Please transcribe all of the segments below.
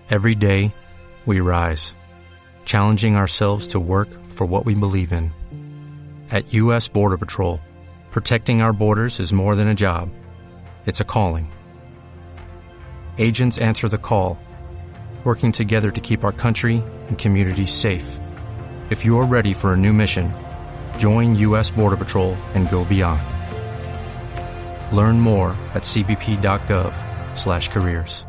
Every day, we rise, challenging ourselves to work for what we believe in. At U.S. Border Patrol, protecting our borders is more than a job. It's a calling. Agents answer the call, working together to keep our country and communities safe. If you are ready for a new mission, join U.S. Border Patrol and go beyond. Learn more at cbp.gov/careers.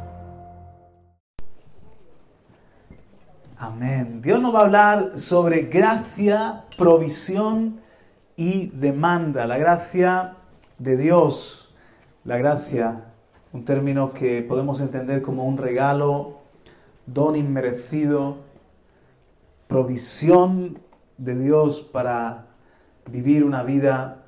Amén. Dios nos va a hablar sobre gracia, provisión y demanda. La gracia de Dios. La gracia, un término que podemos entender como un regalo, don inmerecido, provisión de Dios para vivir una vida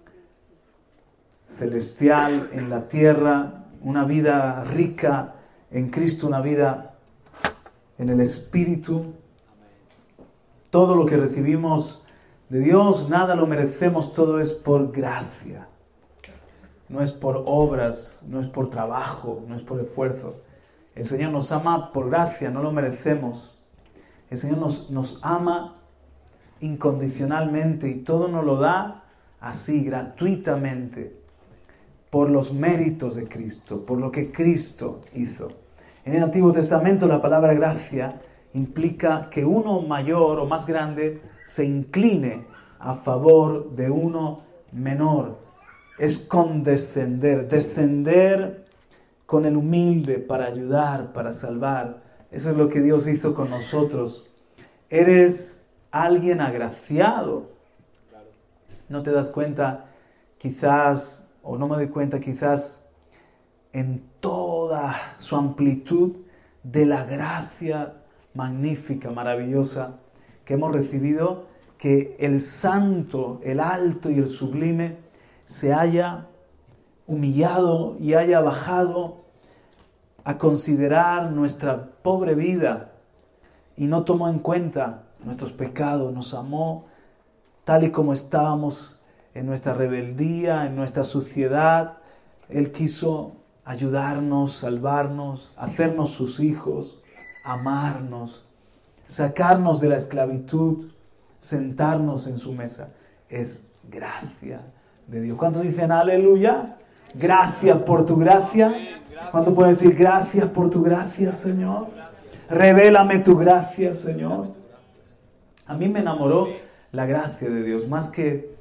celestial en la tierra, una vida rica en Cristo, una vida en el Espíritu. Todo lo que recibimos de Dios, nada lo merecemos, todo es por gracia. No es por obras, no es por trabajo, no es por esfuerzo. El Señor nos ama por gracia, no lo merecemos. El Señor nos ama incondicionalmente y todo nos lo da así, gratuitamente, por los méritos de Cristo, por lo que Cristo hizo. En el Antiguo Testamento la palabra gracia implica que uno mayor o más grande se incline a favor de uno menor. Es condescender, descender con el humilde para ayudar, para salvar. Eso es lo que Dios hizo con nosotros. Eres alguien agraciado. ¿No te das cuenta? Quizás, o no me doy cuenta, quizás en toda su amplitud de la gracia magnífica, maravillosa que hemos recibido, que el santo, el alto y el sublime se haya humillado y haya bajado a considerar nuestra pobre vida y no tomó en cuenta nuestros pecados, nos amó tal y como estábamos en nuestra rebeldía, en nuestra suciedad. Él quiso ayudarnos, salvarnos, hacernos sus hijos, amarnos, sacarnos de la esclavitud, sentarnos en su mesa. Es gracia de Dios. ¿Cuántos dicen aleluya? Gracias por tu gracia. ¿Cuántos pueden decir gracias por tu gracia, Señor? Revélame tu gracia, Señor. A mí me enamoró la gracia de Dios, más que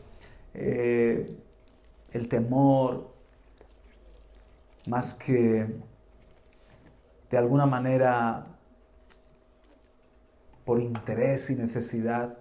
el temor, más que de alguna manera por interés y necesidad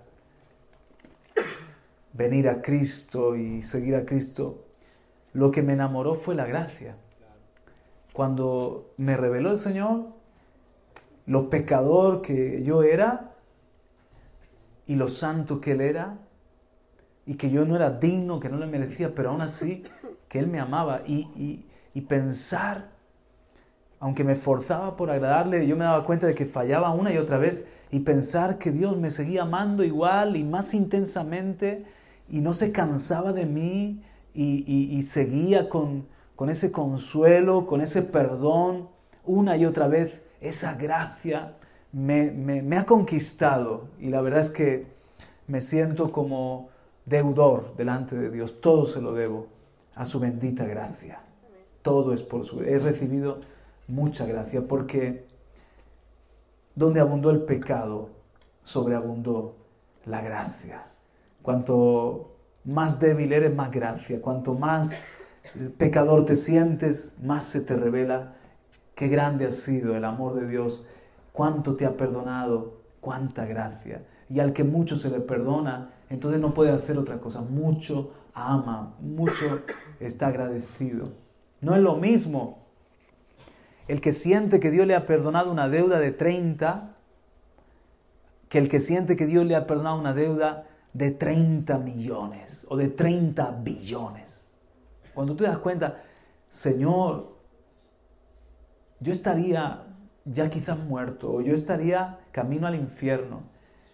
venir a Cristo y seguir a Cristo. Lo que me enamoró fue la gracia. Cuando me reveló el Señor lo pecador que yo era y lo santo que Él era, y que yo no era digno, que no le merecía, pero aún así que Él me amaba, y pensar, aunque me esforzaba por agradarle, yo me daba cuenta de que fallaba una y otra vez, y pensar que Dios me seguía amando igual y más intensamente y no se cansaba de mí y seguía con ese consuelo, con ese perdón una y otra vez. Esa gracia me ha conquistado y la verdad es que me siento como deudor delante de Dios. Todo se lo debo a su bendita gracia. Todo es por su... He recibido mucha gracia porque donde abundó el pecado, sobreabundó la gracia. Cuanto más débil eres, más gracia. Cuanto más pecador te sientes, más se te revela qué grande ha sido el amor de Dios, cuánto te ha perdonado, cuánta gracia. Y al que mucho se le perdona, entonces no puede hacer otra cosa. Mucho ama, mucho está agradecido. No es lo mismo el que siente que Dios le ha perdonado una deuda de 30 que el que siente que Dios le ha perdonado una deuda de 30 millones o de 30 billones. Cuando tú te das cuenta, Señor, yo estaría ya quizás muerto, o yo estaría camino al infierno.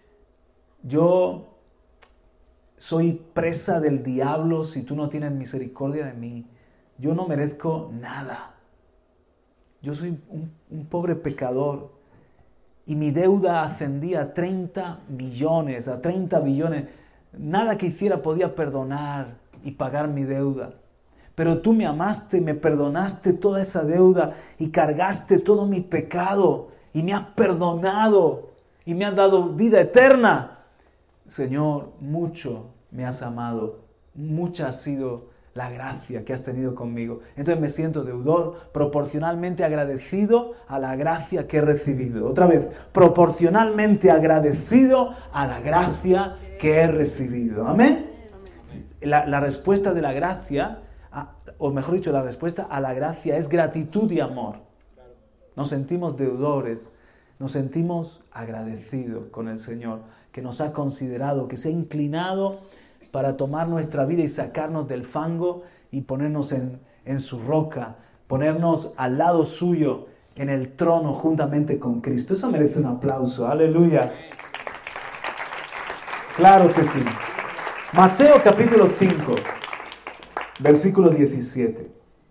Yo soy presa del diablo si tú no tienes misericordia de mí. Yo no merezco nada. Yo soy un pobre pecador. y mi deuda ascendía a 30 millones, a 30 billones. Nada que hiciera podía perdonar y pagar mi deuda. Pero tú me amaste, me perdonaste toda esa deuda y cargaste todo mi pecado y me has perdonado y me has dado vida eterna. Señor, mucho me has amado, mucha ha sido la gracia que has tenido conmigo. Entonces me siento deudor, proporcionalmente agradecido a la gracia que he recibido. Otra vez, proporcionalmente agradecido a la gracia que he recibido. ¿Amén? La respuesta de la gracia, o mejor dicho, la respuesta a la gracia es gratitud y amor. Nos sentimos deudores, nos sentimos agradecidos con el Señor, que nos ha considerado, que se ha inclinado para tomar nuestra vida y sacarnos del fango y ponernos en su roca, ponernos al lado suyo en el trono juntamente con Cristo. Eso merece un aplauso. ¡Aleluya! Claro que sí. Mateo capítulo 5, versículo 17.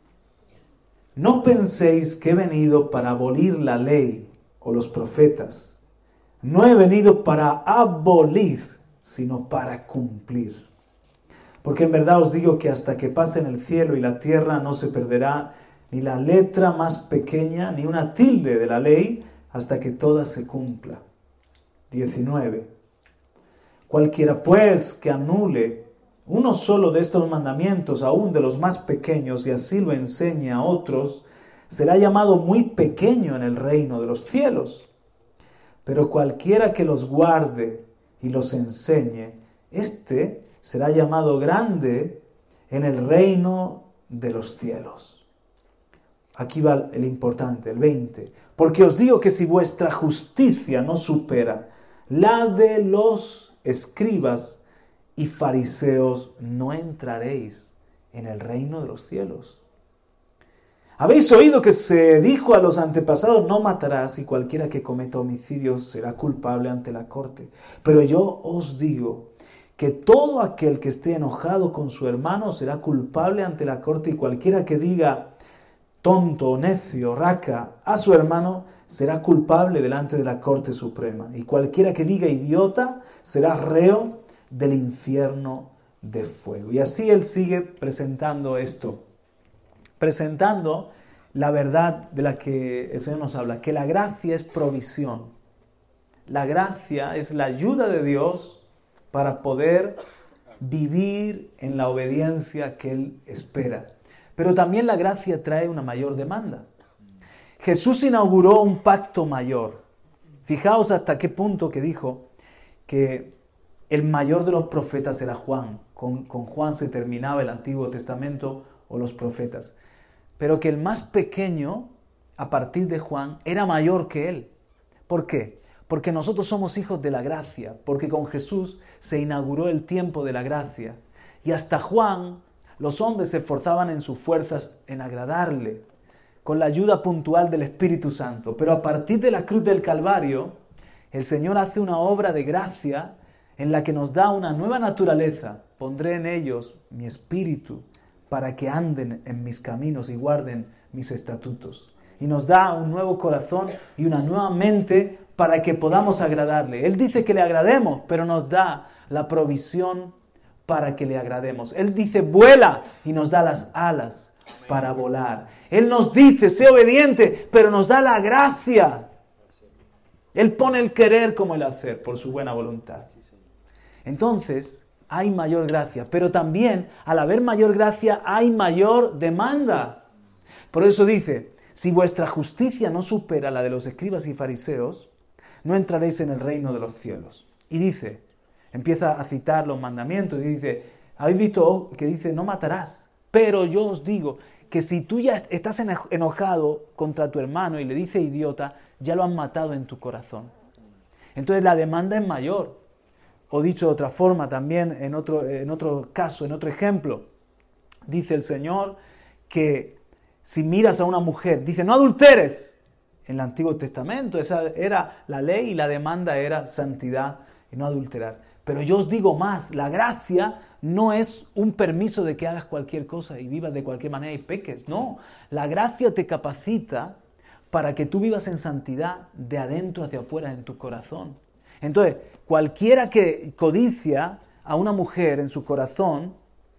No penséis que he venido para abolir la ley o los profetas. No he venido para abolir, sino para cumplir. Porque en verdad os digo que hasta que pasen el cielo y la tierra no se perderá ni la letra más pequeña, ni una tilde de la ley, hasta que toda se cumpla. 19. Cualquiera pues que anule uno solo de estos mandamientos, aún de los más pequeños, y así lo enseñe a otros, será llamado muy pequeño en el reino de los cielos. Pero cualquiera que los guarde y los enseñe, éste será llamado grande en el reino de los cielos. Aquí va el importante, el 20. Porque os digo que si vuestra justicia no supera la de los escribas y fariseos, no entraréis en el reino de los cielos. Habéis oído que se dijo a los antepasados, no matarás, y cualquiera que cometa homicidios será culpable ante la corte. Pero yo os digo que todo aquel que esté enojado con su hermano será culpable ante la corte, y cualquiera que diga tonto, necio, raca a su hermano será culpable delante de la corte suprema. Y cualquiera que diga idiota será reo del infierno de fuego. Y así él sigue presentando esto. Presentando la verdad de la que el Señor nos habla, que la gracia es provisión. La gracia es la ayuda de Dios para poder vivir en la obediencia que Él espera. Pero también la gracia trae una mayor demanda. Jesús inauguró un pacto mayor. Fijaos hasta qué punto que dijo que el mayor de los profetas era Juan. Con Juan se terminaba el Antiguo Testamento o los profetas. Pero que el más pequeño, a partir de Juan, era mayor que él. ¿Por qué? Porque nosotros somos hijos de la gracia, porque con Jesús se inauguró el tiempo de la gracia. Y hasta Juan, los hombres se esforzaban en sus fuerzas en agradarle, con la ayuda puntual del Espíritu Santo. Pero a partir de la cruz del Calvario, el Señor hace una obra de gracia en la que nos da una nueva naturaleza. Pondré en ellos mi espíritu para que anden en mis caminos y guarden mis estatutos. Y nos da un nuevo corazón y una nueva mente para que podamos agradarle. Él dice que le agrademos, pero nos da la provisión para que le agrademos. Él dice, vuela, y nos da las alas para volar. Él nos dice, sé obediente, pero nos da la gracia. Él pone el querer como el hacer, por su buena voluntad. Entonces, hay mayor gracia, pero también, al haber mayor gracia, hay mayor demanda. Por eso dice, si vuestra justicia no supera la de los escribas y fariseos, no entraréis en el reino de los cielos. Y dice, empieza a citar los mandamientos y dice, habéis visto que dice, no matarás, pero yo os digo que si tú ya estás enojado contra tu hermano y le dices idiota, ya lo han matado en tu corazón. Entonces la demanda es mayor. O dicho de otra forma, también en otro caso, en otro ejemplo, dice el Señor que si miras a una mujer, dice no adulteres. En el Antiguo Testamento esa era la ley y la demanda era santidad y no adulterar. Pero yo os digo más, la gracia no es un permiso de que hagas cualquier cosa y vivas de cualquier manera y peques. No, la gracia te capacita para que tú vivas en santidad de adentro hacia afuera en tu corazón. Entonces, cualquiera que codicia a una mujer en su corazón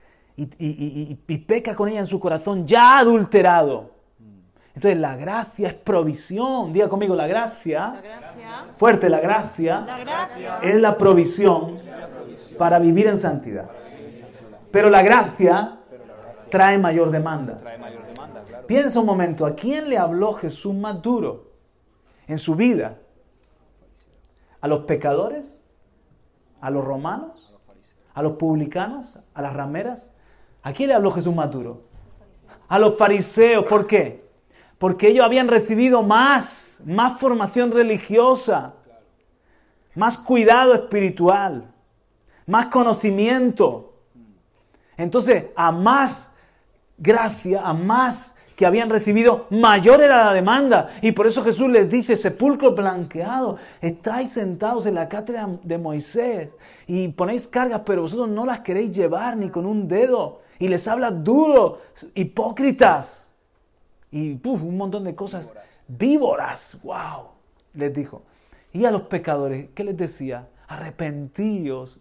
y peca con ella en su corazón, ya ha adulterado. Entonces, la gracia es provisión. Diga conmigo, la gracia. Fuerte, la gracia es la provisión para vivir en santidad. Pero la gracia trae mayor demanda. Piensa un momento, ¿a quién le habló Jesús más duro en su vida? ¿A los pecadores? ¿A los romanos? ¿A los publicanos? ¿A las rameras? ¿A quién le habló Jesús más duro? A los fariseos. ¿Por qué? Porque ellos habían recibido más formación religiosa, más cuidado espiritual, más conocimiento. Entonces, a más gracia, a más que habían recibido, mayor era la demanda. Y por eso Jesús les dice, sepulcro blanqueado, estáis sentados en la cátedra de Moisés y ponéis cargas, pero vosotros no las queréis llevar ni con un dedo. Y les habla duro, hipócritas. Y un montón de cosas. Víboras, wow, les dijo. Y a los pecadores, ¿qué les decía? Arrepentíos,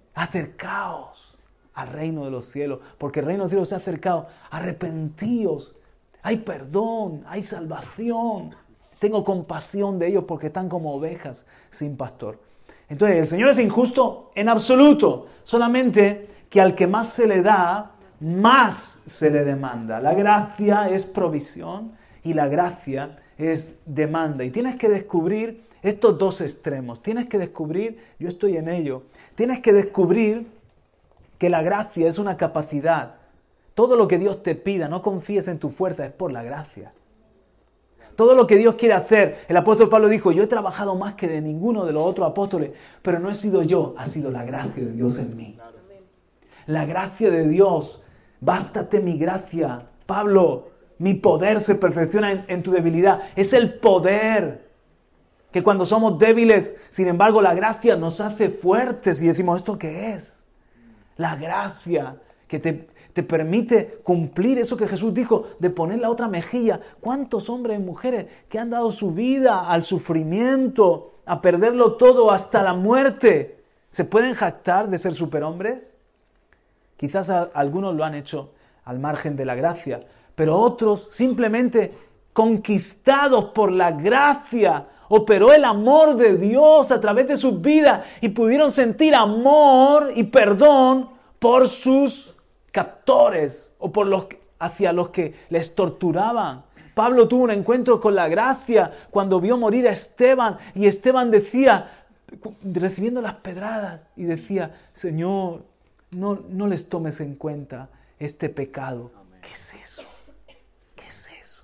acercaos al reino de los cielos, porque el reino de los cielos se ha acercado. Arrepentíos, hay perdón, hay salvación. Tengo compasión de ellos porque están como ovejas sin pastor. Entonces, el Señor es injusto en absoluto, solamente que al que más se le da, más se le demanda. La gracia es provisión y la gracia es demanda. Y tienes que descubrir estos dos extremos. Tienes que descubrir, yo estoy en ello, tienes que descubrir que la gracia es una capacidad. Todo lo que Dios te pida, no confíes en tu fuerza, es por la gracia. Todo lo que Dios quiere hacer, el apóstol Pablo dijo, yo he trabajado más que de ninguno de los otros apóstoles, pero no he sido yo, ha sido la gracia de Dios en mí. La gracia de Dios. Bástate mi gracia. Pablo, mi poder se perfecciona en tu debilidad. Es el poder que cuando somos débiles, sin embargo, la gracia nos hace fuertes y decimos, ¿esto qué es? La gracia que te permite cumplir eso que Jesús dijo, de poner la otra mejilla. ¿Cuántos hombres y mujeres que han dado su vida al sufrimiento, a perderlo todo hasta la muerte, se pueden jactar de ser superhombres? Quizás algunos lo han hecho al margen de la gracia, pero otros simplemente conquistados por la gracia, operó el amor de Dios a través de sus vidas y pudieron sentir amor y perdón por sus captores o hacia los que les torturaban. Pablo tuvo un encuentro con la gracia cuando vio morir a Esteban y Esteban decía, recibiendo las pedradas, y decía, Señor, no les tomes en cuenta este pecado. Amén. ¿Qué es eso? ¿Qué es eso?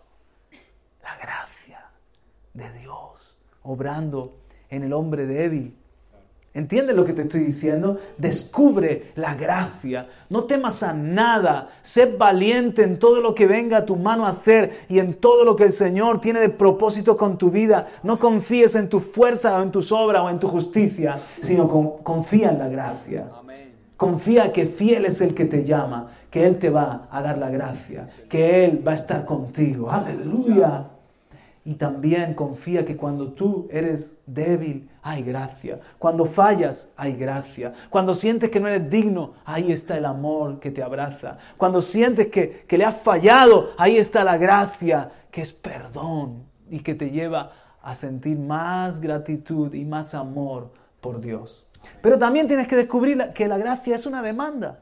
La gracia de Dios obrando en el hombre débil. ¿Entiendes lo que te estoy diciendo? Descubre la gracia. No temas a nada. Sé valiente en todo lo que venga a tu mano a hacer y en todo lo que el Señor tiene de propósito con tu vida. No confíes en tu fuerza o en tus obras o en tu justicia, sino confía en la gracia. Confía que fiel es el que te llama, que Él te va a dar la gracia, que Él va a estar contigo. ¡Aleluya! Y también confía que cuando tú eres débil, hay gracia. Cuando fallas, hay gracia. Cuando sientes que no eres digno, ahí está el amor que te abraza. Cuando sientes que le has fallado, ahí está la gracia, que es perdón y que te lleva a sentir más gratitud y más amor por Dios. Pero también tienes que descubrir que la gracia es una demanda.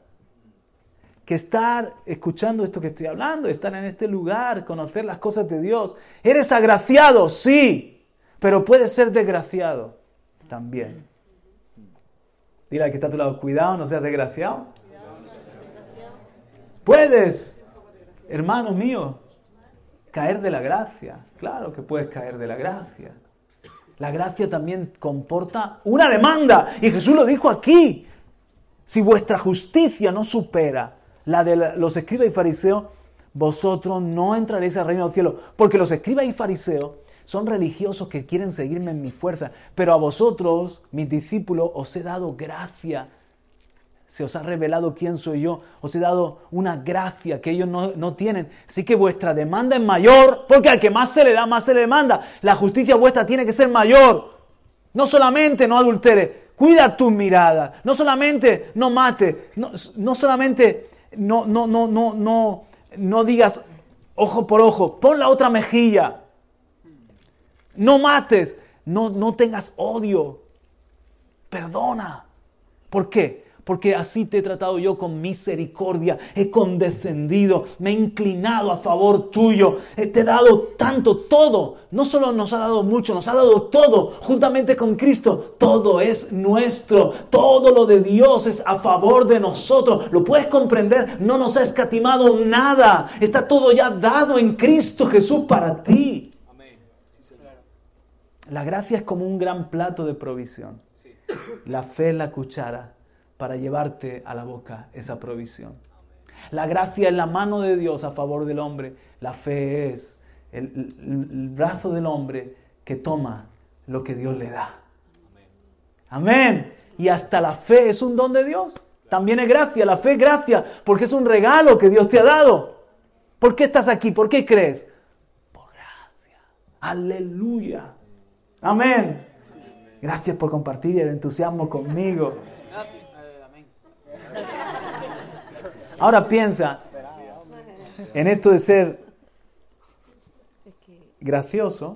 Que estar escuchando esto que estoy hablando, estar en este lugar, conocer las cosas de Dios. ¿Eres agraciado? Sí, pero puedes ser desgraciado también. Dile al que está a tu lado, cuidado, no seas desgraciado. Puedes, hermano mío, caer de la gracia. Claro que puedes caer de la gracia. La gracia también comporta una demanda. Y Jesús lo dijo aquí. Si vuestra justicia no supera la de los escribas y fariseos, vosotros no entraréis al reino del cielo. Porque los escribas y fariseos son religiosos que quieren seguirme en mi fuerza. Pero a vosotros, mis discípulos, os he dado gracia Se os ha revelado quién soy yo. Os he dado una gracia que ellos no tienen. Así que vuestra demanda es mayor, porque al que más se le da, más se le demanda. La justicia vuestra tiene que ser mayor. No solamente no adulteres, cuida tus miradas. No solamente no mates. No solamente no digas ojo por ojo. Pon la otra mejilla. No mates. No tengas odio. Perdona. ¿Por qué? Porque así te he tratado yo con misericordia, he condescendido, me he inclinado a favor tuyo, te he dado tanto, todo. No solo nos ha dado mucho, nos ha dado todo, juntamente con Cristo. Todo es nuestro, todo lo de Dios es a favor de nosotros. ¿Lo puedes comprender? No nos ha escatimado nada, está todo ya dado en Cristo Jesús para ti. Amén. Sí, la gracia es como un gran plato de provisión. sí. La fe es la cuchara para llevarte a la boca esa provisión. La gracia es la mano de Dios a favor del hombre. La fe es el brazo del hombre que toma lo que Dios le da. Amén. Y hasta la fe es un don de Dios. También es gracia. La fe es gracia porque es un regalo que Dios te ha dado. ¿Por qué estás aquí? ¿Por qué crees? Por gracia. Aleluya. Amén. Gracias por compartir el entusiasmo conmigo. Ahora piensa en esto de ser gracioso,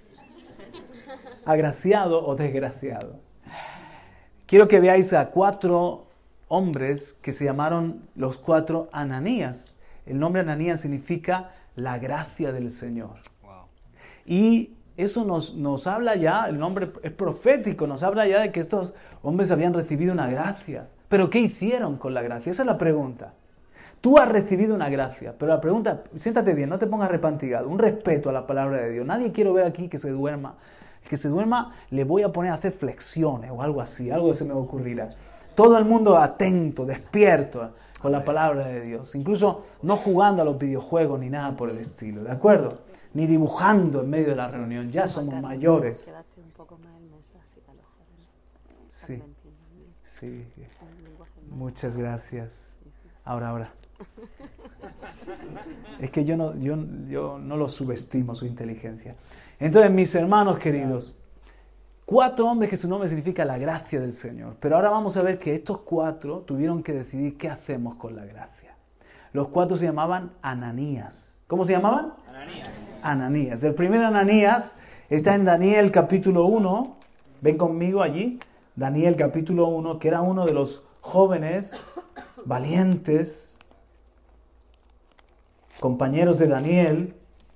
agraciado o desgraciado. Quiero que veáis a 4 hombres que se llamaron los 4 Ananías. El nombre Ananías significa la gracia del Señor. Wow. Y eso nos habla ya, el nombre es profético, nos habla ya de que estos hombres habían recibido una gracia. ¿Pero qué hicieron con la gracia? Esa es la pregunta. Tú has recibido una gracia, pero la pregunta, siéntate bien, no te pongas repantigado, un respeto a la palabra de Dios. Nadie quiero ver aquí que se duerma. El que se duerma le voy a poner a hacer flexiones o algo así, algo que se me ocurrirá. Todo el mundo atento, despierto con la palabra de Dios. Incluso no jugando a los videojuegos ni nada por el estilo, ¿de acuerdo? Ni dibujando en medio de la reunión, ya somos mayores. Quedaste un poco más el mensaje a los jóvenes. Sí, sí, muchas gracias. Ahora. Es que yo no lo subestimo su inteligencia. Entonces, mis hermanos queridos, 4 hombres que su nombre significa la gracia del Señor. Pero ahora vamos a ver que estos 4 tuvieron que decidir qué hacemos con la gracia. Los 4 se llamaban Ananías. ¿Cómo se llamaban? Ananías. El primer Ananías está en Daniel capítulo 1. Ven conmigo allí. Daniel capítulo 1, que era uno de los jóvenes valientes, compañeros de Daniel,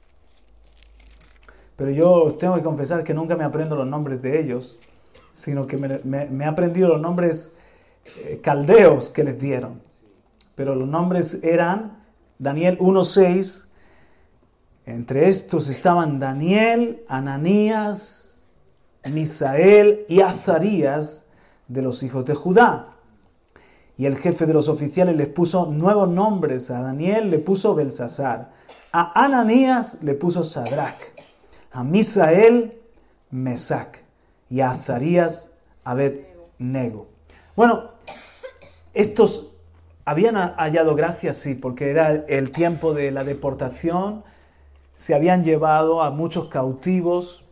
pero yo os tengo que confesar que nunca me aprendo los nombres de ellos, sino que me he aprendido los nombres caldeos que les dieron. Pero los nombres eran Daniel 1:6, entre estos estaban Daniel, Ananías, Misael y Azarías de los hijos de Judá. Y el jefe de los oficiales les puso nuevos nombres. A Daniel le puso Belsasar. A Ananías le puso Sadrach. A Misael, Mesac. Y a Azarías, Abed-nego. Bueno, estos habían hallado gracia, sí, porque era el tiempo de la deportación. Se habían llevado a muchos cautivos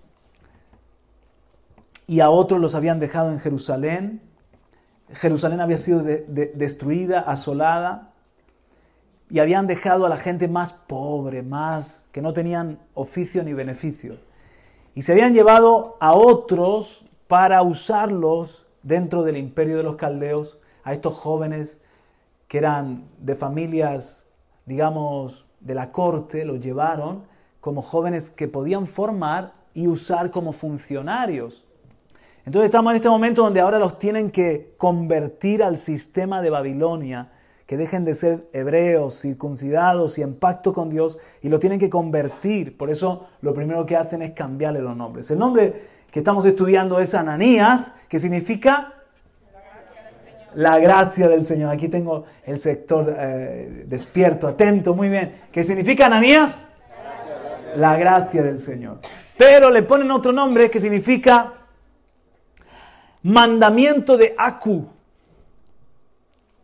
y a otros los habían dejado en Jerusalén. Jerusalén había sido destruida, asolada, y habían dejado a la gente más pobre, más que no tenían oficio ni beneficio. Y se habían llevado a otros para usarlos dentro del imperio de los caldeos, a estos jóvenes que eran de familias, digamos, de la corte, los llevaron como jóvenes que podían formar y usar como funcionarios. Entonces estamos en este momento donde ahora los tienen que convertir al sistema de Babilonia, que dejen de ser hebreos, circuncidados y en pacto con Dios, y lo tienen que convertir. Por eso lo primero que hacen es cambiarle los nombres. El nombre que estamos estudiando es Ananías, que significa la gracia del Señor. Aquí tengo el sector despierto, atento, muy bien. ¿Qué significa Ananías? La gracia del Señor. Pero le ponen otro nombre que significa mandamiento de Aku.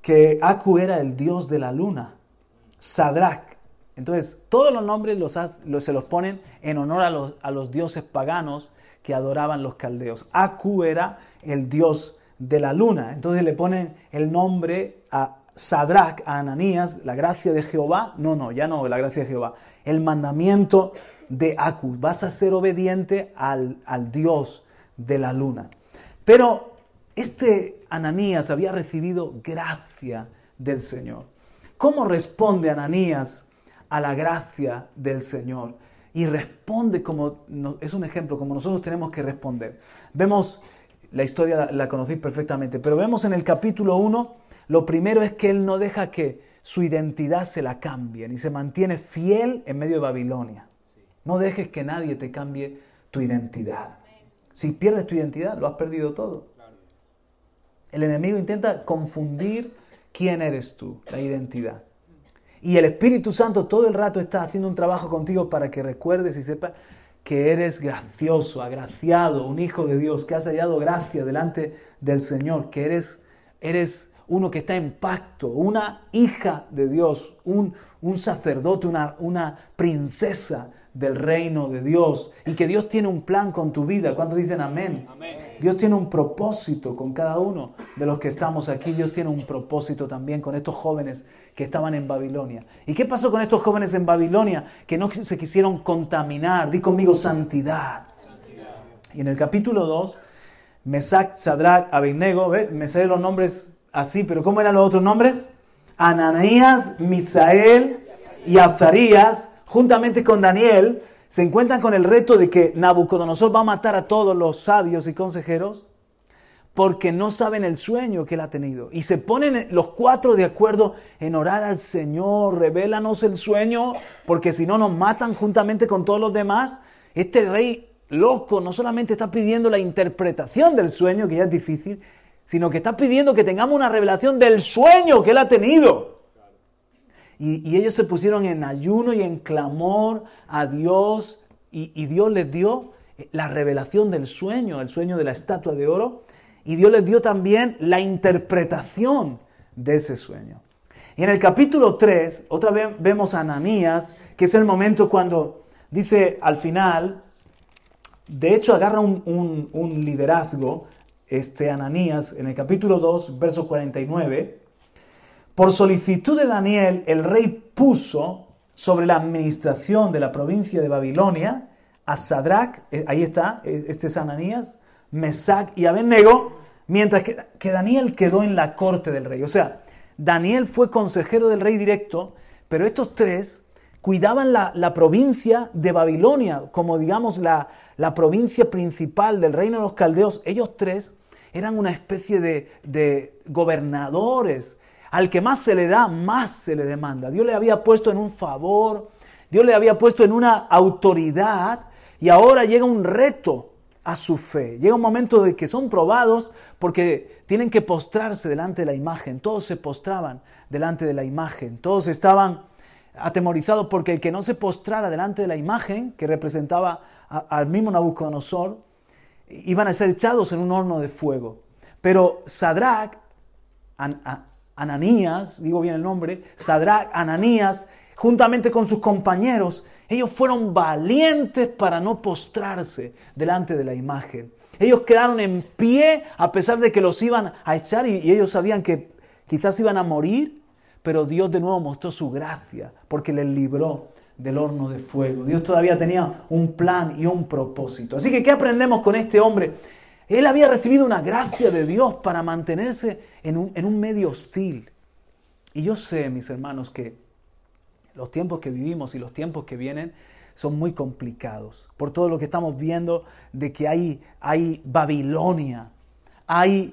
que Aku era el dios de la luna, Sadrach. Entonces, todos los nombres se los ponen en honor a los dioses paganos que adoraban los caldeos. Aku era el dios de la luna. Entonces le ponen el nombre a Sadrach, a Ananías, la gracia de Jehová. No, ya no la gracia de Jehová. El mandamiento de Aku. Vas a ser obediente al dios de la luna. Pero este Ananías había recibido gracia del Señor. ¿Cómo responde Ananías a la gracia del Señor? Y responde es un ejemplo, como nosotros tenemos que responder. Vemos, la historia la conocéis perfectamente, pero vemos en el capítulo 1, lo primero es que él no deja que su identidad se la cambien y se mantiene fiel en medio de Babilonia. No dejes que nadie te cambie tu identidad. Si pierdes tu identidad, lo has perdido todo. El enemigo intenta confundir quién eres tú, la identidad. Y el Espíritu Santo todo el rato está haciendo un trabajo contigo para que recuerdes y sepas que eres gracioso, agraciado, un hijo de Dios, que has hallado gracia delante del Señor, que eres uno que está en pacto, una hija de Dios, un sacerdote, una princesa del reino de Dios, y que Dios tiene un plan con tu vida. ¿Cuántos dicen amén? Amén. Dios tiene un propósito con cada uno de los que estamos aquí. Dios tiene un propósito también con estos jóvenes que estaban en Babilonia. ¿Y qué pasó con estos jóvenes en Babilonia? Que no se quisieron contaminar. Di conmigo santidad. Y en el capítulo 2, Mesac, Sadrach, Abednego, me sé los nombres así, pero ¿cómo eran los otros nombres? Ananías, Misael y Azarías, juntamente con Daniel, se encuentran con el reto de que Nabucodonosor va a matar a todos los sabios y consejeros porque no saben el sueño que él ha tenido. Y se ponen los cuatro de acuerdo en orar al Señor, revélanos el sueño, porque si no nos matan juntamente con todos los demás. Este rey loco no solamente está pidiendo la interpretación del sueño, que ya es difícil, sino que está pidiendo que tengamos una revelación del sueño que él ha tenido. Y ellos se pusieron en ayuno y en clamor a Dios, y Dios les dio la revelación del sueño, el sueño de la estatua de oro, y Dios les dio también la interpretación de ese sueño. Y en el capítulo 3, otra vez vemos a Ananías, que es el momento cuando dice al final, de hecho agarra un liderazgo, Ananías, en el capítulo 2, verso 49, por solicitud de Daniel, el rey puso sobre la administración de la provincia de Babilonia a Sadrach, ahí está, este es Ananías, Mesac y Abednego, mientras que Daniel quedó en la corte del rey. O sea, Daniel fue consejero del rey directo, pero estos tres cuidaban la provincia de Babilonia, como digamos la provincia principal del reino de los caldeos. Ellos tres eran una especie de gobernadores. Al que más se le da, más se le demanda. Dios le había puesto en un favor, Dios le había puesto en una autoridad, y ahora llega un reto a su fe. Llega un momento de que son probados porque tienen que postrarse delante de la imagen. Todos se postraban delante de la imagen. Todos estaban atemorizados porque el que no se postrara delante de la imagen, que representaba al mismo Nabucodonosor, iban a ser echados en un horno de fuego. Pero Sadrach, Ananías, digo bien el nombre, Sadrach, Ananías, juntamente con sus compañeros, ellos fueron valientes para no postrarse delante de la imagen. Ellos quedaron en pie a pesar de que los iban a echar y ellos sabían que quizás iban a morir, pero Dios de nuevo mostró su gracia porque les libró del horno de fuego. Dios todavía tenía un plan y un propósito. Así que, ¿qué aprendemos con este hombre? Él había recibido una gracia de Dios para mantenerse en un medio hostil. Y yo sé, mis hermanos, que los tiempos que vivimos y los tiempos que vienen son muy complicados. Por todo lo que estamos viendo de que hay Babilonia, hay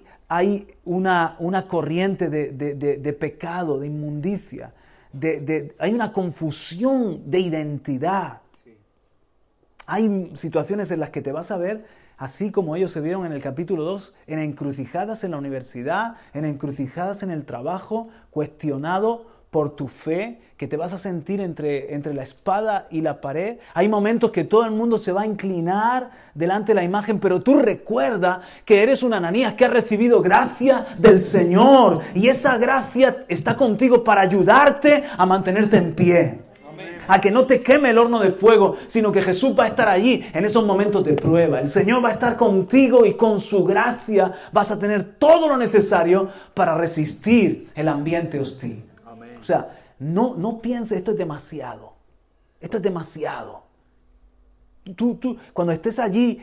una corriente de pecado, de inmundicia, hay una confusión de identidad. Sí. Hay situaciones en las que te vas a ver, así como ellos se vieron en el capítulo 2, en encrucijadas en la universidad, en encrucijadas en el trabajo, cuestionado por tu fe, que te vas a sentir entre la espada y la pared. Hay momentos que todo el mundo se va a inclinar delante de la imagen, pero tú recuerda que eres un Ananías que ha recibido gracia del Señor, y esa gracia está contigo para ayudarte a mantenerte en pie. A que no te queme el horno de fuego, sino que Jesús va a estar allí en esos momentos de prueba. El Señor va a estar contigo y con su gracia vas a tener todo lo necesario para resistir el ambiente hostil. Amén. O sea, no pienses, esto es demasiado. Esto es demasiado. Tú cuando estés allí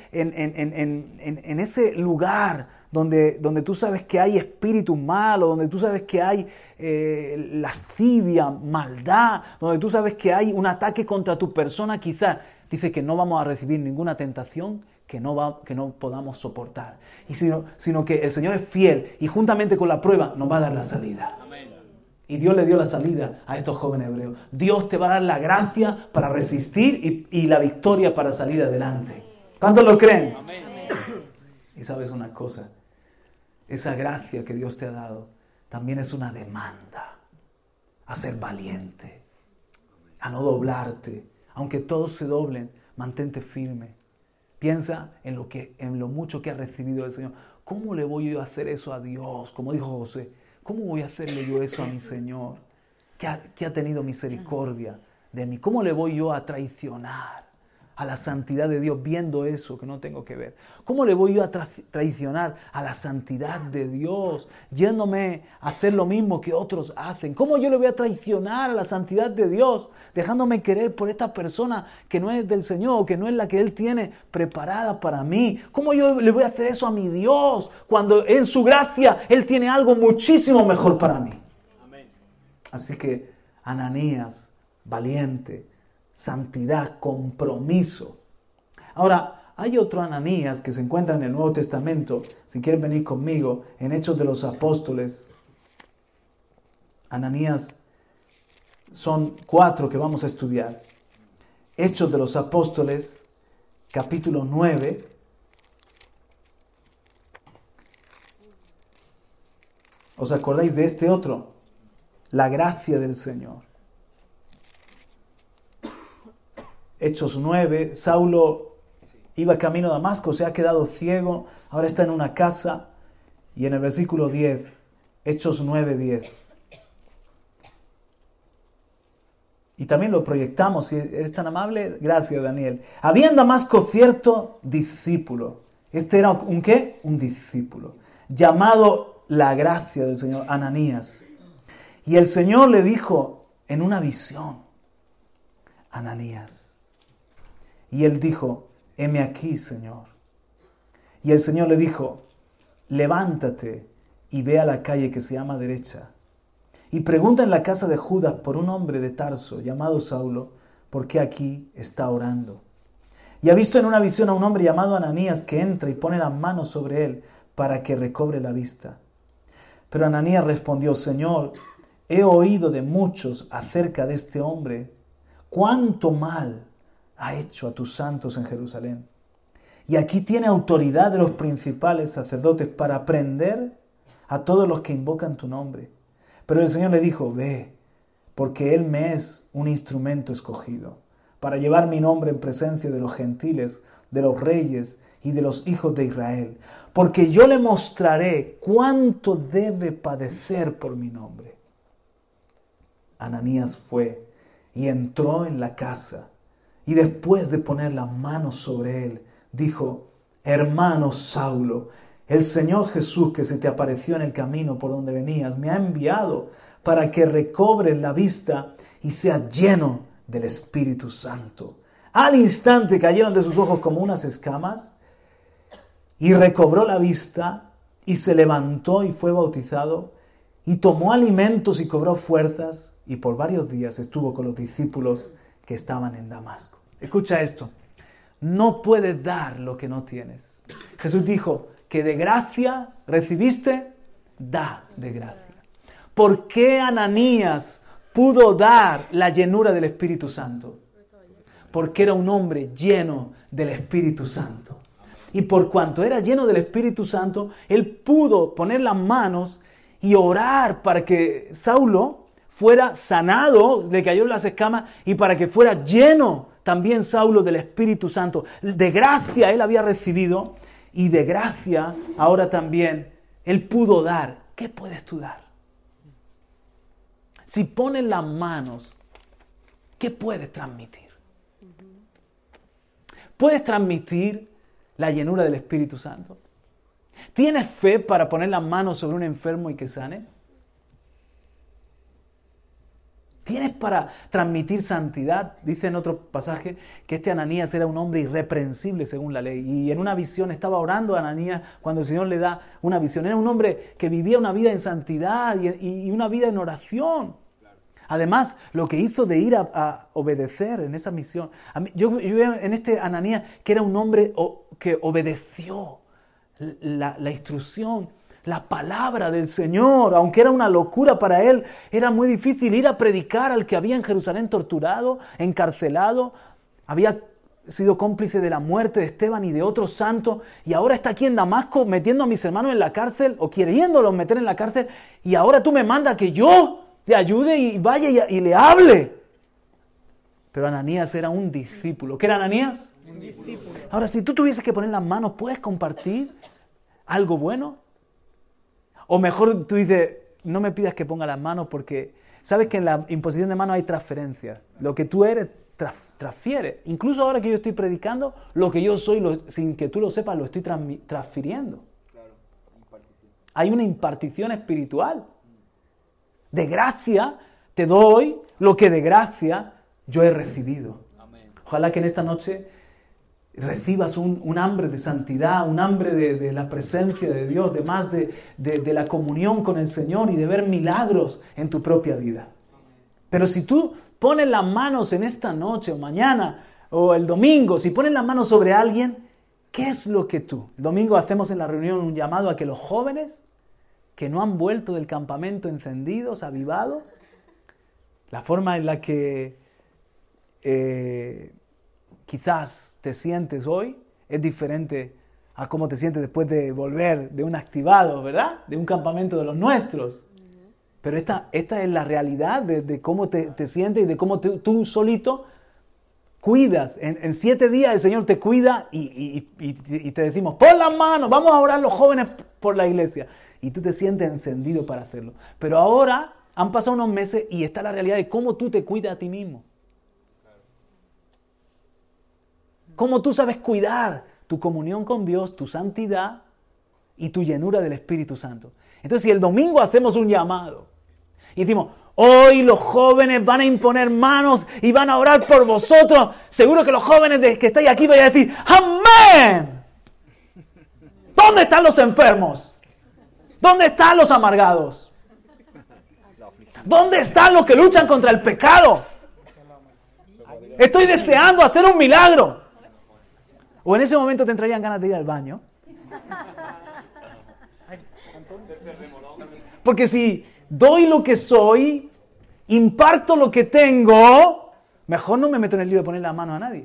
en ese lugar donde tú sabes que hay espíritus malos, donde tú sabes que hay lascivia, maldad, donde tú sabes que hay un ataque contra tu persona, quizás dice que no vamos a recibir ninguna tentación que no podamos soportar, sino que el Señor es fiel y juntamente con la prueba nos va a dar la salida. Y Dios le dio la salida a estos jóvenes hebreos. Dios te va a dar la gracia para resistir y la victoria para salir adelante. ¿Cuántos lo creen? Amén. Y sabes una cosa, esa gracia que Dios te ha dado también es una demanda a ser valiente, a no doblarte. Aunque todos se doblen, mantente firme. Piensa en lo mucho que has recibido del Señor. ¿Cómo le voy yo a hacer eso a Dios? Como dijo José, ¿cómo voy a hacerle yo eso a mi Señor? Que ha tenido misericordia de mí. ¿Cómo le voy yo a traicionar a la santidad de Dios viendo eso que no tengo que ver? ¿Cómo le voy yo a traicionar a la santidad de Dios yéndome a hacer lo mismo que otros hacen? ¿Cómo yo le voy a traicionar a la santidad de Dios dejándome querer por esta persona que no es del Señor, que no es la que Él tiene preparada para mí? ¿Cómo yo le voy a hacer eso a mi Dios cuando en su gracia Él tiene algo muchísimo mejor para mí? Amén. Así que Ananías, valiente, santidad, compromiso. Ahora, hay otro Ananías que se encuentra en el Nuevo Testamento. Si quieren venir conmigo, en Hechos de los Apóstoles. Ananías, son 4 que vamos a estudiar. Hechos de los Apóstoles, capítulo 9. ¿Os acordáis de este otro? La gracia del Señor. Hechos 9, Saulo iba camino a Damasco, se ha quedado ciego, ahora está en una casa. Y en el versículo 10, Hechos 9, 10. Y también lo proyectamos, si eres tan amable, gracias Daniel. Había en Damasco cierto discípulo. Este era un ¿qué? Un discípulo. Llamado la gracia del Señor, Ananías. Y el Señor le dijo en una visión, Ananías. Y él dijo, heme aquí, Señor. Y el Señor le dijo, levántate y ve a la calle que se llama Derecha. Y pregunta en la casa de Judas por un hombre de Tarso llamado Saulo, porque aquí está orando. Y ha visto en una visión a un hombre llamado Ananías que entra y pone las manos sobre él para que recobre la vista. Pero Ananías respondió, Señor, he oído de muchos acerca de este hombre, cuánto mal ha hecho a tus santos en Jerusalén. Y aquí tiene autoridad de los principales sacerdotes para prender a todos los que invocan tu nombre. Pero el Señor le dijo, ve, porque Él me es un instrumento escogido, para llevar mi nombre en presencia de los gentiles, de los reyes y de los hijos de Israel. Porque yo le mostraré cuánto debe padecer por mi nombre. Ananías fue y entró en la casa. Y después de poner las manos sobre él, dijo, hermano Saulo, el Señor Jesús que se te apareció en el camino por donde venías, me ha enviado para que recobres la vista y seas lleno del Espíritu Santo. Al instante cayeron de sus ojos como unas escamas y recobró la vista y se levantó y fue bautizado y tomó alimentos y cobró fuerzas y por varios días estuvo con los discípulos que estaban en Damasco. Escucha esto, no puedes dar lo que no tienes. Jesús dijo que de gracia recibiste, da de gracia. ¿Por qué Ananías pudo dar la llenura del Espíritu Santo? Porque era un hombre lleno del Espíritu Santo. Y por cuanto era lleno del Espíritu Santo, él pudo poner las manos y orar para que Saulo fuera sanado, le cayó las escamas, y para que fuera lleno también Saulo del Espíritu Santo. De gracia él había recibido, y de gracia ahora también él pudo dar. ¿Qué puedes tú dar? Si pones las manos, ¿qué puedes transmitir? ¿Puedes transmitir la llenura del Espíritu Santo? ¿Tienes fe para poner las manos sobre un enfermo y que sane? ¿Tienes para transmitir santidad? Dice en otro pasaje que este Ananías era un hombre irreprensible según la ley. Y en una visión estaba orando a Ananías cuando el Señor le da una visión. Era un hombre que vivía una vida en santidad y una vida en oración. Además, lo que hizo de ir a obedecer en esa misión. Yo veo en este Ananías que era un hombre que obedeció la instrucción, la palabra del Señor. Aunque era una locura para él, era muy difícil ir a predicar al que había en Jerusalén torturado, encarcelado. Había sido cómplice de la muerte de Esteban y de otros santos, y ahora está aquí en Damasco metiendo a mis hermanos en la cárcel, o queriéndolos meter en la cárcel, y ahora tú me mandas que yo le ayude y vaya y le hable. Pero Ananías era un discípulo. ¿Qué era Ananías? Un discípulo. Ahora, si tú tuvieses que poner las manos, ¿puedes compartir algo bueno? O mejor tú dices, no me pidas que ponga las manos porque sabes que en la imposición de manos hay transferencias. Lo que tú eres transfiere. Incluso ahora que yo estoy predicando, lo que yo soy, sin que tú lo sepas, lo estoy transfiriendo. Claro, hay una impartición espiritual. De gracia te doy lo que de gracia yo he recibido. Amén. Ojalá que en esta noche recibas un hambre de santidad, un hambre de la presencia de Dios, de más de la comunión con el Señor y de ver milagros en tu propia vida. Pero si tú pones las manos en esta noche o mañana o el domingo, si pones las manos sobre alguien, ¿qué es lo que tú? El domingo hacemos en la reunión un llamado a que los jóvenes que no han vuelto del campamento encendidos, avivados, la forma en la que quizás te sientes hoy es diferente a cómo te sientes después de volver de un activado, ¿verdad? De un campamento de los nuestros. Pero esta es la realidad de cómo te sientes y de cómo tú solito cuidas. En 7 días el Señor te cuida y te decimos, pon las manos, vamos a orar los jóvenes por la iglesia. Y tú te sientes encendido para hacerlo. Pero ahora han pasado unos meses y está la realidad de cómo tú te cuidas a ti mismo. Cómo tú sabes cuidar tu comunión con Dios, tu santidad y tu llenura del Espíritu Santo. Entonces, si el domingo hacemos un llamado y decimos, hoy los jóvenes van a imponer manos y van a orar por vosotros, seguro que los jóvenes que estáis aquí vayan a decir, ¡amén! ¿Dónde están los enfermos? ¿Dónde están los amargados? ¿Dónde están los que luchan contra el pecado? Estoy deseando hacer un milagro. O en ese momento te entrarían ganas de ir al baño. Porque si doy lo que soy, imparto lo que tengo, mejor no me meto en el lío de poner la mano a nadie.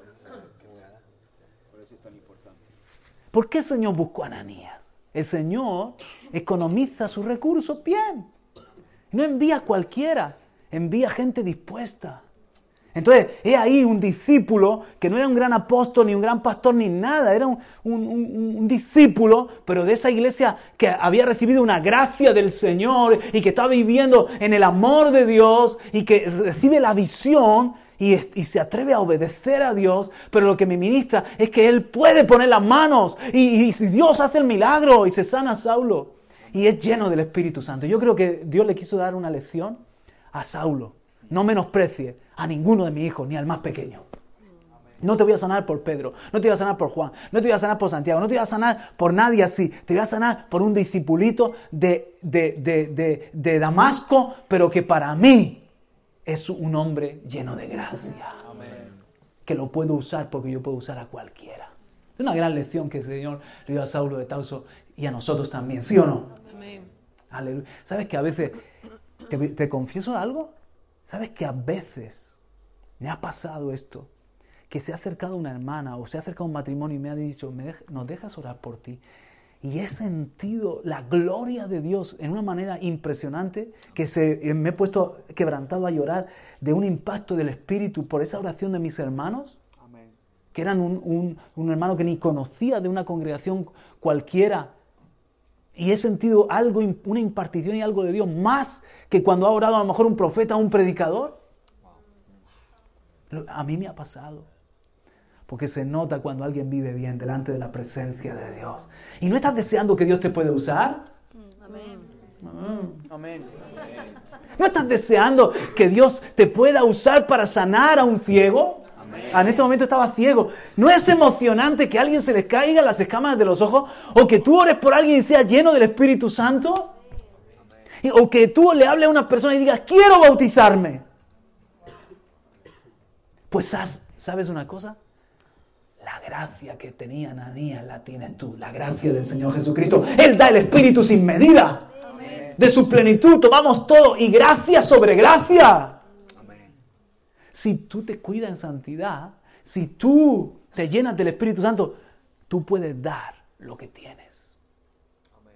¿Por qué el Señor buscó a Ananías? El Señor economiza sus recursos bien. No envía a cualquiera, envía gente dispuesta. Entonces, he ahí un discípulo que no era un gran apóstol, ni un gran pastor, ni nada. Era un discípulo, pero de esa iglesia que había recibido una gracia del Señor y que estaba viviendo en el amor de Dios y que recibe la visión y se atreve a obedecer a Dios. Pero lo que me ministra es que él puede poner las manos y Dios hace el milagro y se sana a Saulo. Y es lleno del Espíritu Santo. Yo creo que Dios le quiso dar una lección a Saulo. No menosprecie a ninguno de mis hijos, ni al más pequeño. No te voy a sanar por Pedro, no te voy a sanar por Juan, no te voy a sanar por Santiago, no te voy a sanar por nadie así. Te voy a sanar por un discipulito de Damasco, pero que para mí es un hombre lleno de gracia. Amén. Que lo puedo usar porque yo puedo usar a cualquiera. Es una gran lección que el Señor le dio a Saulo de Tarso y a nosotros también, ¿sí o no? Amén. Aleluya. ¿Sabes que a veces, te confieso algo? ¿Sabes que a veces me ha pasado esto? Que se ha acercado una hermana o se ha acercado un matrimonio y me ha dicho, ¿nos dejas orar por ti? Y he sentido la gloria de Dios en una manera impresionante que me he puesto quebrantado a llorar de un impacto del Espíritu por esa oración de mis hermanos, Amén. que eran un hermano que ni conocía de una congregación cualquiera. Y he sentido algo, una impartición y algo de Dios más que cuando ha orado a lo mejor un profeta o un predicador. A mí me ha pasado. Porque se nota cuando alguien vive bien delante de la presencia de Dios. ¿Y no estás deseando que Dios te pueda usar? Amén. Amén. ¿No estás deseando que Dios te pueda usar para sanar a un ciego? Amén. En este momento estaba ciego. ¿No es emocionante que a alguien se le caigan las escamas de los ojos? ¿O que tú ores por alguien y sea lleno del Espíritu Santo? ¿O que tú le hables a una persona y digas, quiero bautizarme? Pues ¿sabes una cosa? La gracia que tenía Ananías la tienes tú. La gracia del Señor Jesucristo. Él da el Espíritu sin medida. Amén. De su plenitud tomamos todo. Y gracia sobre gracia. Amén. Si tú te cuidas en santidad, si tú te llenas del Espíritu Santo, tú puedes dar lo que tienes. Amén.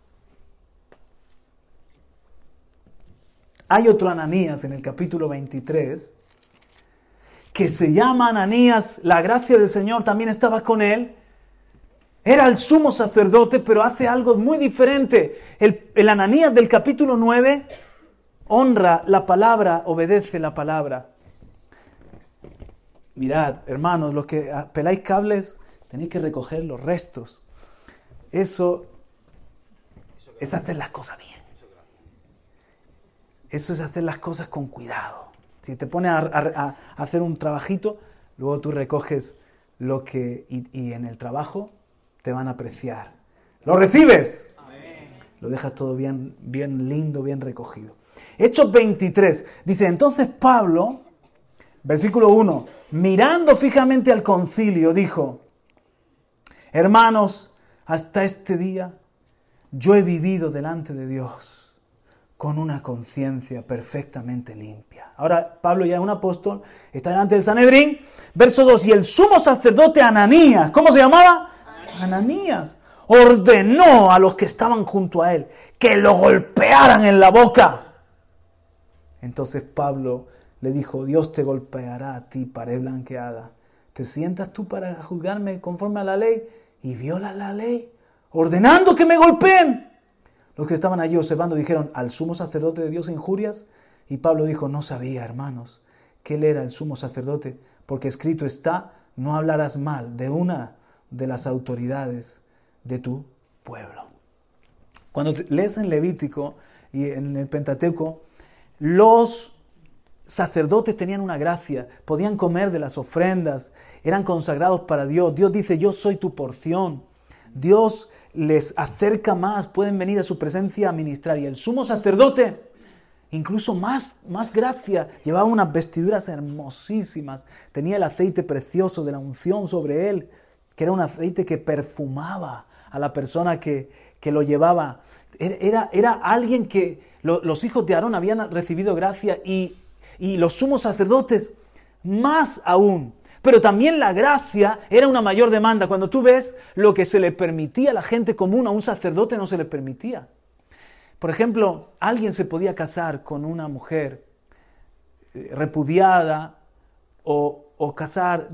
Hay otro Ananías en el capítulo 23 que se llama Ananías, la gracia del Señor también estaba con él. Era el sumo sacerdote, pero hace algo muy diferente. El Ananías del capítulo 9 honra la palabra, obedece la palabra. Mirad, hermanos, los que peláis cables, tenéis que recoger los restos. Eso es hacer las cosas bien. Eso es hacer las cosas con cuidado. Si te pones a hacer un trabajito, luego tú recoges lo que... Y en el trabajo te van a apreciar. ¿Lo recibes? Amén. Lo dejas todo bien, bien lindo, bien recogido. Hechos 23. Dice, entonces Pablo, versículo 1, mirando fijamente al concilio, dijo, hermanos, hasta este día yo he vivido delante de Dios con una conciencia perfectamente limpia. Ahora Pablo ya es un apóstol, está delante del Sanedrín. Verso 2, y el sumo sacerdote Ananías, ¿cómo se llamaba? Ananías. Ordenó a los que estaban junto a él que lo golpearan en la boca. Entonces Pablo le dijo, Dios te golpeará a ti, pared blanqueada. ¿Te sientas tú para juzgarme conforme a la ley? Y violas la ley, ordenando que me golpeen. Los que estaban allí observando dijeron, ¿al sumo sacerdote de Dios injurias? Y Pablo dijo, no sabía, hermanos, que él era el sumo sacerdote, porque escrito está, no hablarás mal de una de las autoridades de tu pueblo. Cuando lees en Levítico y en el Pentateuco, los sacerdotes tenían una gracia, podían comer de las ofrendas, eran consagrados para Dios. Dios dice, yo soy tu porción. Dios les acerca más, pueden venir a su presencia a ministrar. Y el sumo sacerdote, incluso más gracia, llevaba unas vestiduras hermosísimas, tenía el aceite precioso de la unción sobre él, que era un aceite que perfumaba a la persona que lo llevaba. Era alguien que los hijos de Aarón habían recibido gracia y los sumos sacerdotes más aún. Pero también la gracia era una mayor demanda. Cuando tú ves lo que se le permitía a la gente común, a un sacerdote no se le permitía. Por ejemplo, alguien se podía casar con una mujer repudiada o casar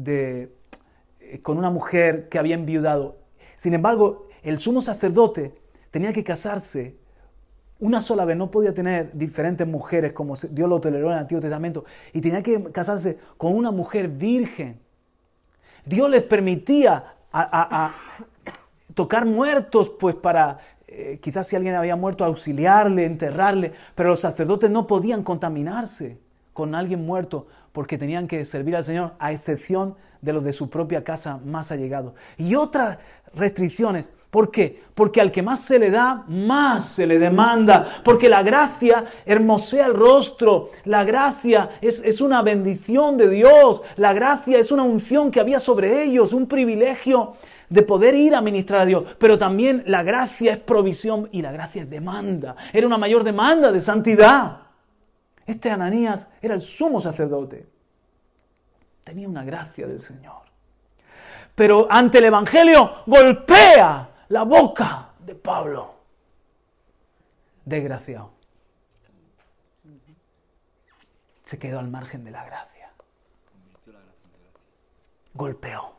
con una mujer que había enviudado. Sin embargo, el sumo sacerdote tenía que casarse una sola vez, no podía tener diferentes mujeres como Dios lo toleró en el Antiguo Testamento, y tenía que casarse con una mujer virgen. Dios les permitía a tocar muertos, pues para, quizás si alguien había muerto, auxiliarle, enterrarle, pero los sacerdotes no podían contaminarse con alguien muerto porque tenían que servir al Señor, a excepción de los de su propia casa más allegados. Y otras restricciones. ¿Por qué? Porque al que más se le da, más se le demanda. Porque la gracia hermosea el rostro. La gracia es una bendición de Dios. La gracia es una unción que había sobre ellos, un privilegio de poder ir a ministrar a Dios. Pero también la gracia es provisión y la gracia es demanda. Era una mayor demanda de santidad. Este Ananías era el sumo sacerdote. Tenía una gracia del Señor. Pero ante el Evangelio golpea la boca de Pablo. Desgraciado. Se quedó al margen de la gracia. Golpeó.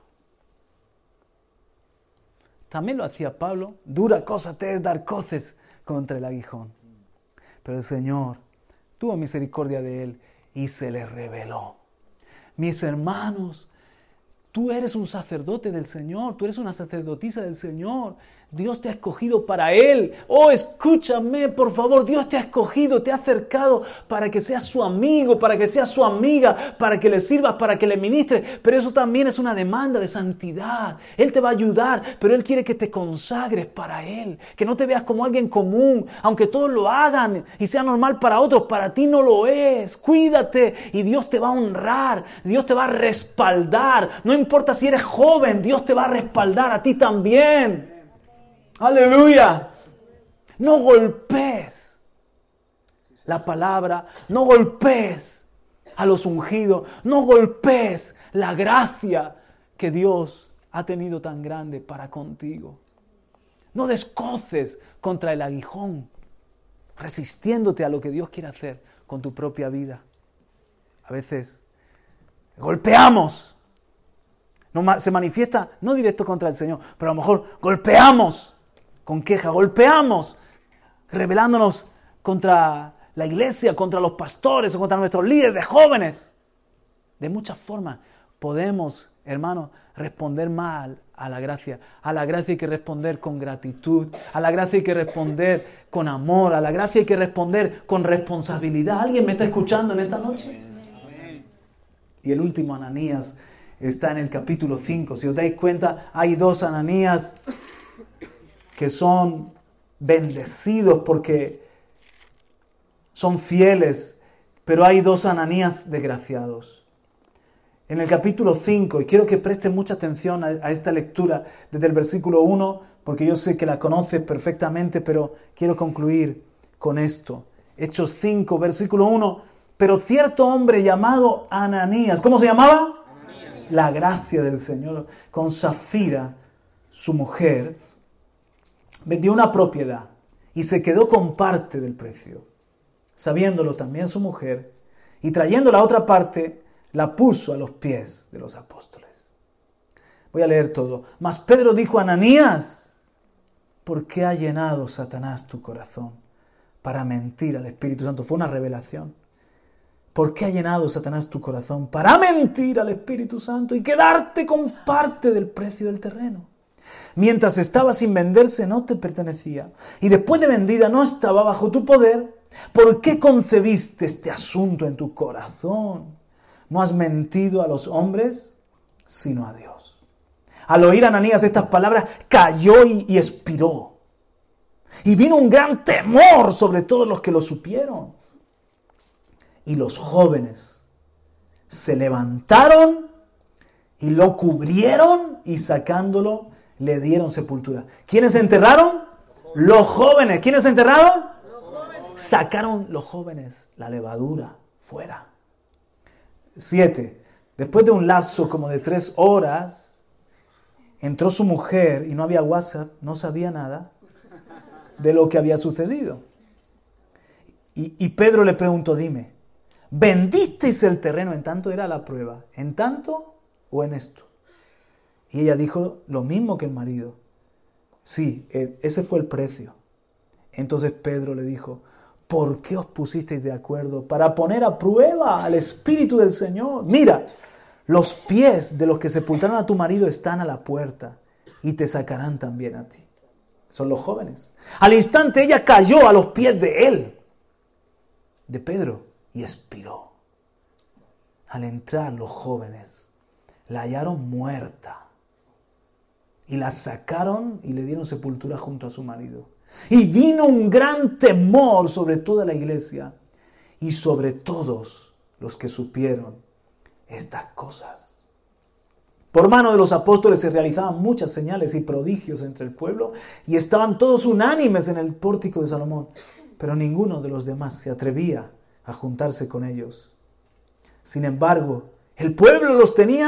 También lo hacía Pablo. Dura cosa te es dar coces contra el aguijón. Pero el Señor tuvo misericordia de él y se le reveló. Mis hermanos, tú eres un sacerdote del Señor, tú eres una sacerdotisa del Señor. Dios te ha escogido para Él. Oh, escúchame, por favor. Dios te ha escogido, te ha acercado para que seas su amigo, para que seas su amiga, para que le sirvas, para que le ministres. Pero eso también es una demanda de santidad. Él te va a ayudar, pero Él quiere que te consagres para Él. Que no te veas como alguien común. Aunque todos lo hagan y sea normal para otros, para ti no lo es. Cuídate y Dios te va a honrar. Dios te va a respaldar. No importa si eres joven, Dios te va a respaldar a ti también. ¡Aleluya! No golpees la palabra, no golpees a los ungidos, no golpees la gracia que Dios ha tenido tan grande para contigo. No descoces contra el aguijón, resistiéndote a lo que Dios quiere hacer con tu propia vida. A veces golpeamos, se manifiesta no directo contra el Señor, pero a lo mejor golpeamos con queja, golpeamos, rebelándonos contra la iglesia, contra los pastores o contra nuestros líderes de jóvenes. De muchas formas podemos, hermanos, responder mal a la gracia. A la gracia hay que responder con gratitud, a la gracia hay que responder con amor, a la gracia hay que responder con responsabilidad. ¿Alguien me está escuchando en esta noche? Y el último Ananías está en el capítulo 5. Si os dais cuenta, hay dos Ananías que son bendecidos porque son fieles, pero hay dos Ananías desgraciados. En el capítulo 5, y quiero que presten mucha atención a esta lectura desde el versículo 1, porque yo sé que la conoces perfectamente, pero quiero concluir con esto. Hechos 5, versículo 1, pero cierto hombre llamado Ananías, ¿cómo se llamaba? Ananías. La gracia del Señor, con Safira, su mujer, vendió una propiedad y se quedó con parte del precio. Sabiéndolo también su mujer, y trayendo la otra parte, la puso a los pies de los apóstoles. Voy a leer todo. Mas Pedro dijo a Ananías, ¿por qué ha llenado Satanás tu corazón para mentir al Espíritu Santo? Fue una revelación. ¿Por qué ha llenado Satanás tu corazón para mentir al Espíritu Santo y quedarte con parte del precio del terreno? Mientras estaba sin venderse no te pertenecía, y después de vendida no estaba bajo tu poder. ¿Por qué concebiste este asunto en tu corazón? No has mentido a los hombres, sino a Dios. Al oír Ananías estas palabras, cayó y expiró. Y vino un gran temor sobre todos los que lo supieron. Y los jóvenes se levantaron y lo cubrieron y sacándolo le dieron sepultura. ¿Quiénes se enterraron? Los jóvenes. ¿Quiénes se enterraron? Sacaron los jóvenes la levadura fuera. 7. Después de un lapso como de 3 horas, entró su mujer y no había WhatsApp, no sabía nada de lo que había sucedido. Y Pedro le preguntó, dime, ¿vendisteis el terreno en tanto? Era la prueba. ¿En tanto o en esto? Y ella dijo lo mismo que el marido. Sí, ese fue el precio. Entonces Pedro le dijo, ¿por qué os pusisteis de acuerdo para poner a prueba al Espíritu del Señor? Mira, los pies de los que sepultaron a tu marido están a la puerta y te sacarán también a ti. Son los jóvenes. Al instante ella cayó a los pies de él, de Pedro, y expiró. Al entrar los jóvenes, la hallaron muerta y la sacaron y le dieron sepultura junto a su marido. Y vino un gran temor sobre toda la iglesia y sobre todos los que supieron estas cosas. Por mano de los apóstoles se realizaban muchas señales y prodigios entre el pueblo y estaban todos unánimes en el pórtico de Salomón, pero ninguno de los demás se atrevía a juntarse con ellos. Sin embargo, el pueblo los tenía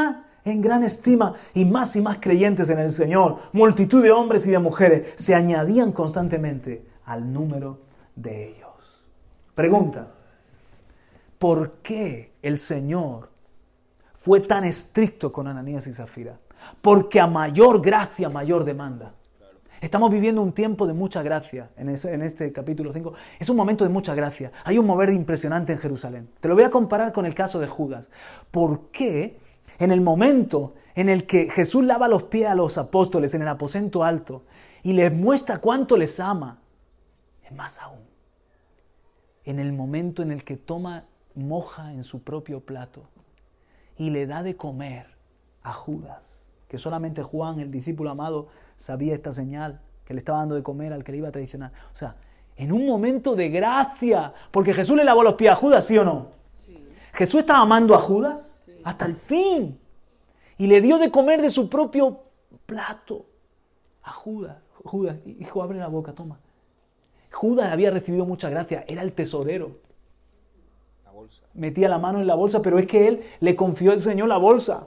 en gran estima y más creyentes en el Señor. Multitud de hombres y de mujeres se añadían constantemente al número de ellos. Pregunta, ¿por qué el Señor fue tan estricto con Ananías y Zafira? Porque a mayor gracia, mayor demanda. Estamos viviendo un tiempo de mucha gracia en este capítulo 5. Es un momento de mucha gracia. Hay un mover impresionante en Jerusalén. Te lo voy a comparar con el caso de Judas. ¿Por qué en el momento en el que Jesús lava los pies a los apóstoles en el aposento alto y les muestra cuánto les ama, es más aún, en el momento en el que moja en su propio plato y le da de comer a Judas, que solamente Juan, el discípulo amado, sabía esta señal, que le estaba dando de comer al que le iba a traicionar. O sea, en un momento de gracia, porque Jesús le lavó los pies a Judas, ¿sí o no? Sí. Jesús estaba amando a Judas hasta el fin y le dio de comer de su propio plato a Judas. Judas, hijo, abre la boca, toma. Judas había recibido mucha gracia, era el tesorero. La bolsa. Metía la mano en la bolsa, pero es que él le confió al Señor la bolsa.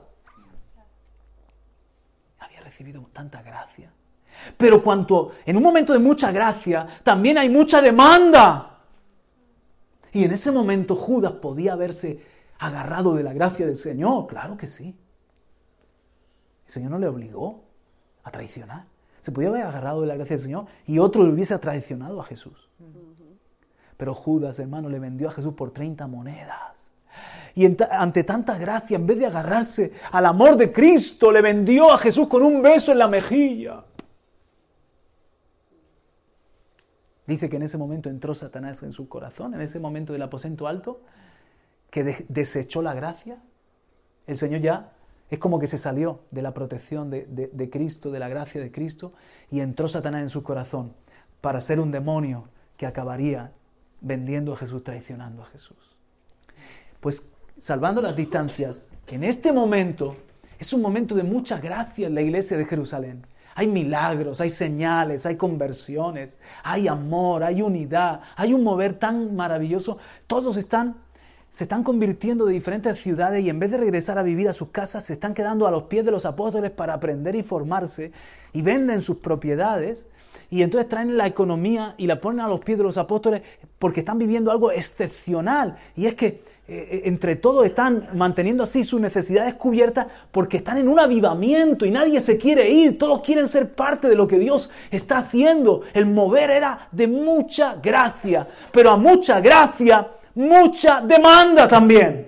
Había recibido tanta gracia. Pero en un momento de mucha gracia, también hay mucha demanda. Y en ese momento Judas podía haberse agarrado de la gracia del Señor. Claro que sí. El Señor no le obligó a traicionar. Se podía haber agarrado de la gracia del Señor y otro le hubiese traicionado a Jesús. Pero Judas, hermano, le vendió a Jesús por 30 monedas. Y ante tanta gracia, en vez de agarrarse al amor de Cristo, le vendió a Jesús con un beso en la mejilla. Dice que en ese momento entró Satanás en su corazón, en ese momento del aposento alto, que desechó la gracia. El Señor ya es como que se salió de la protección de Cristo, de la gracia de Cristo, y entró Satanás en su corazón para ser un demonio que acabaría vendiendo a Jesús, traicionando a Jesús. Pues, salvando las distancias, en este momento es un momento de mucha gracia en la iglesia de Jerusalén. Hay milagros, hay señales, hay conversiones, hay amor, hay unidad, hay un mover tan maravilloso. Todos se están convirtiendo de diferentes ciudades y en vez de regresar a vivir a sus casas, se están quedando a los pies de los apóstoles para aprender y formarse y venden sus propiedades y entonces traen la economía y la ponen a los pies de los apóstoles porque están viviendo algo excepcional. Y es que entre todos están manteniendo así sus necesidades cubiertas porque están en un avivamiento y nadie se quiere ir, todos quieren ser parte de lo que Dios está haciendo. El mover era de mucha gracia, pero a mucha gracia, mucha demanda también.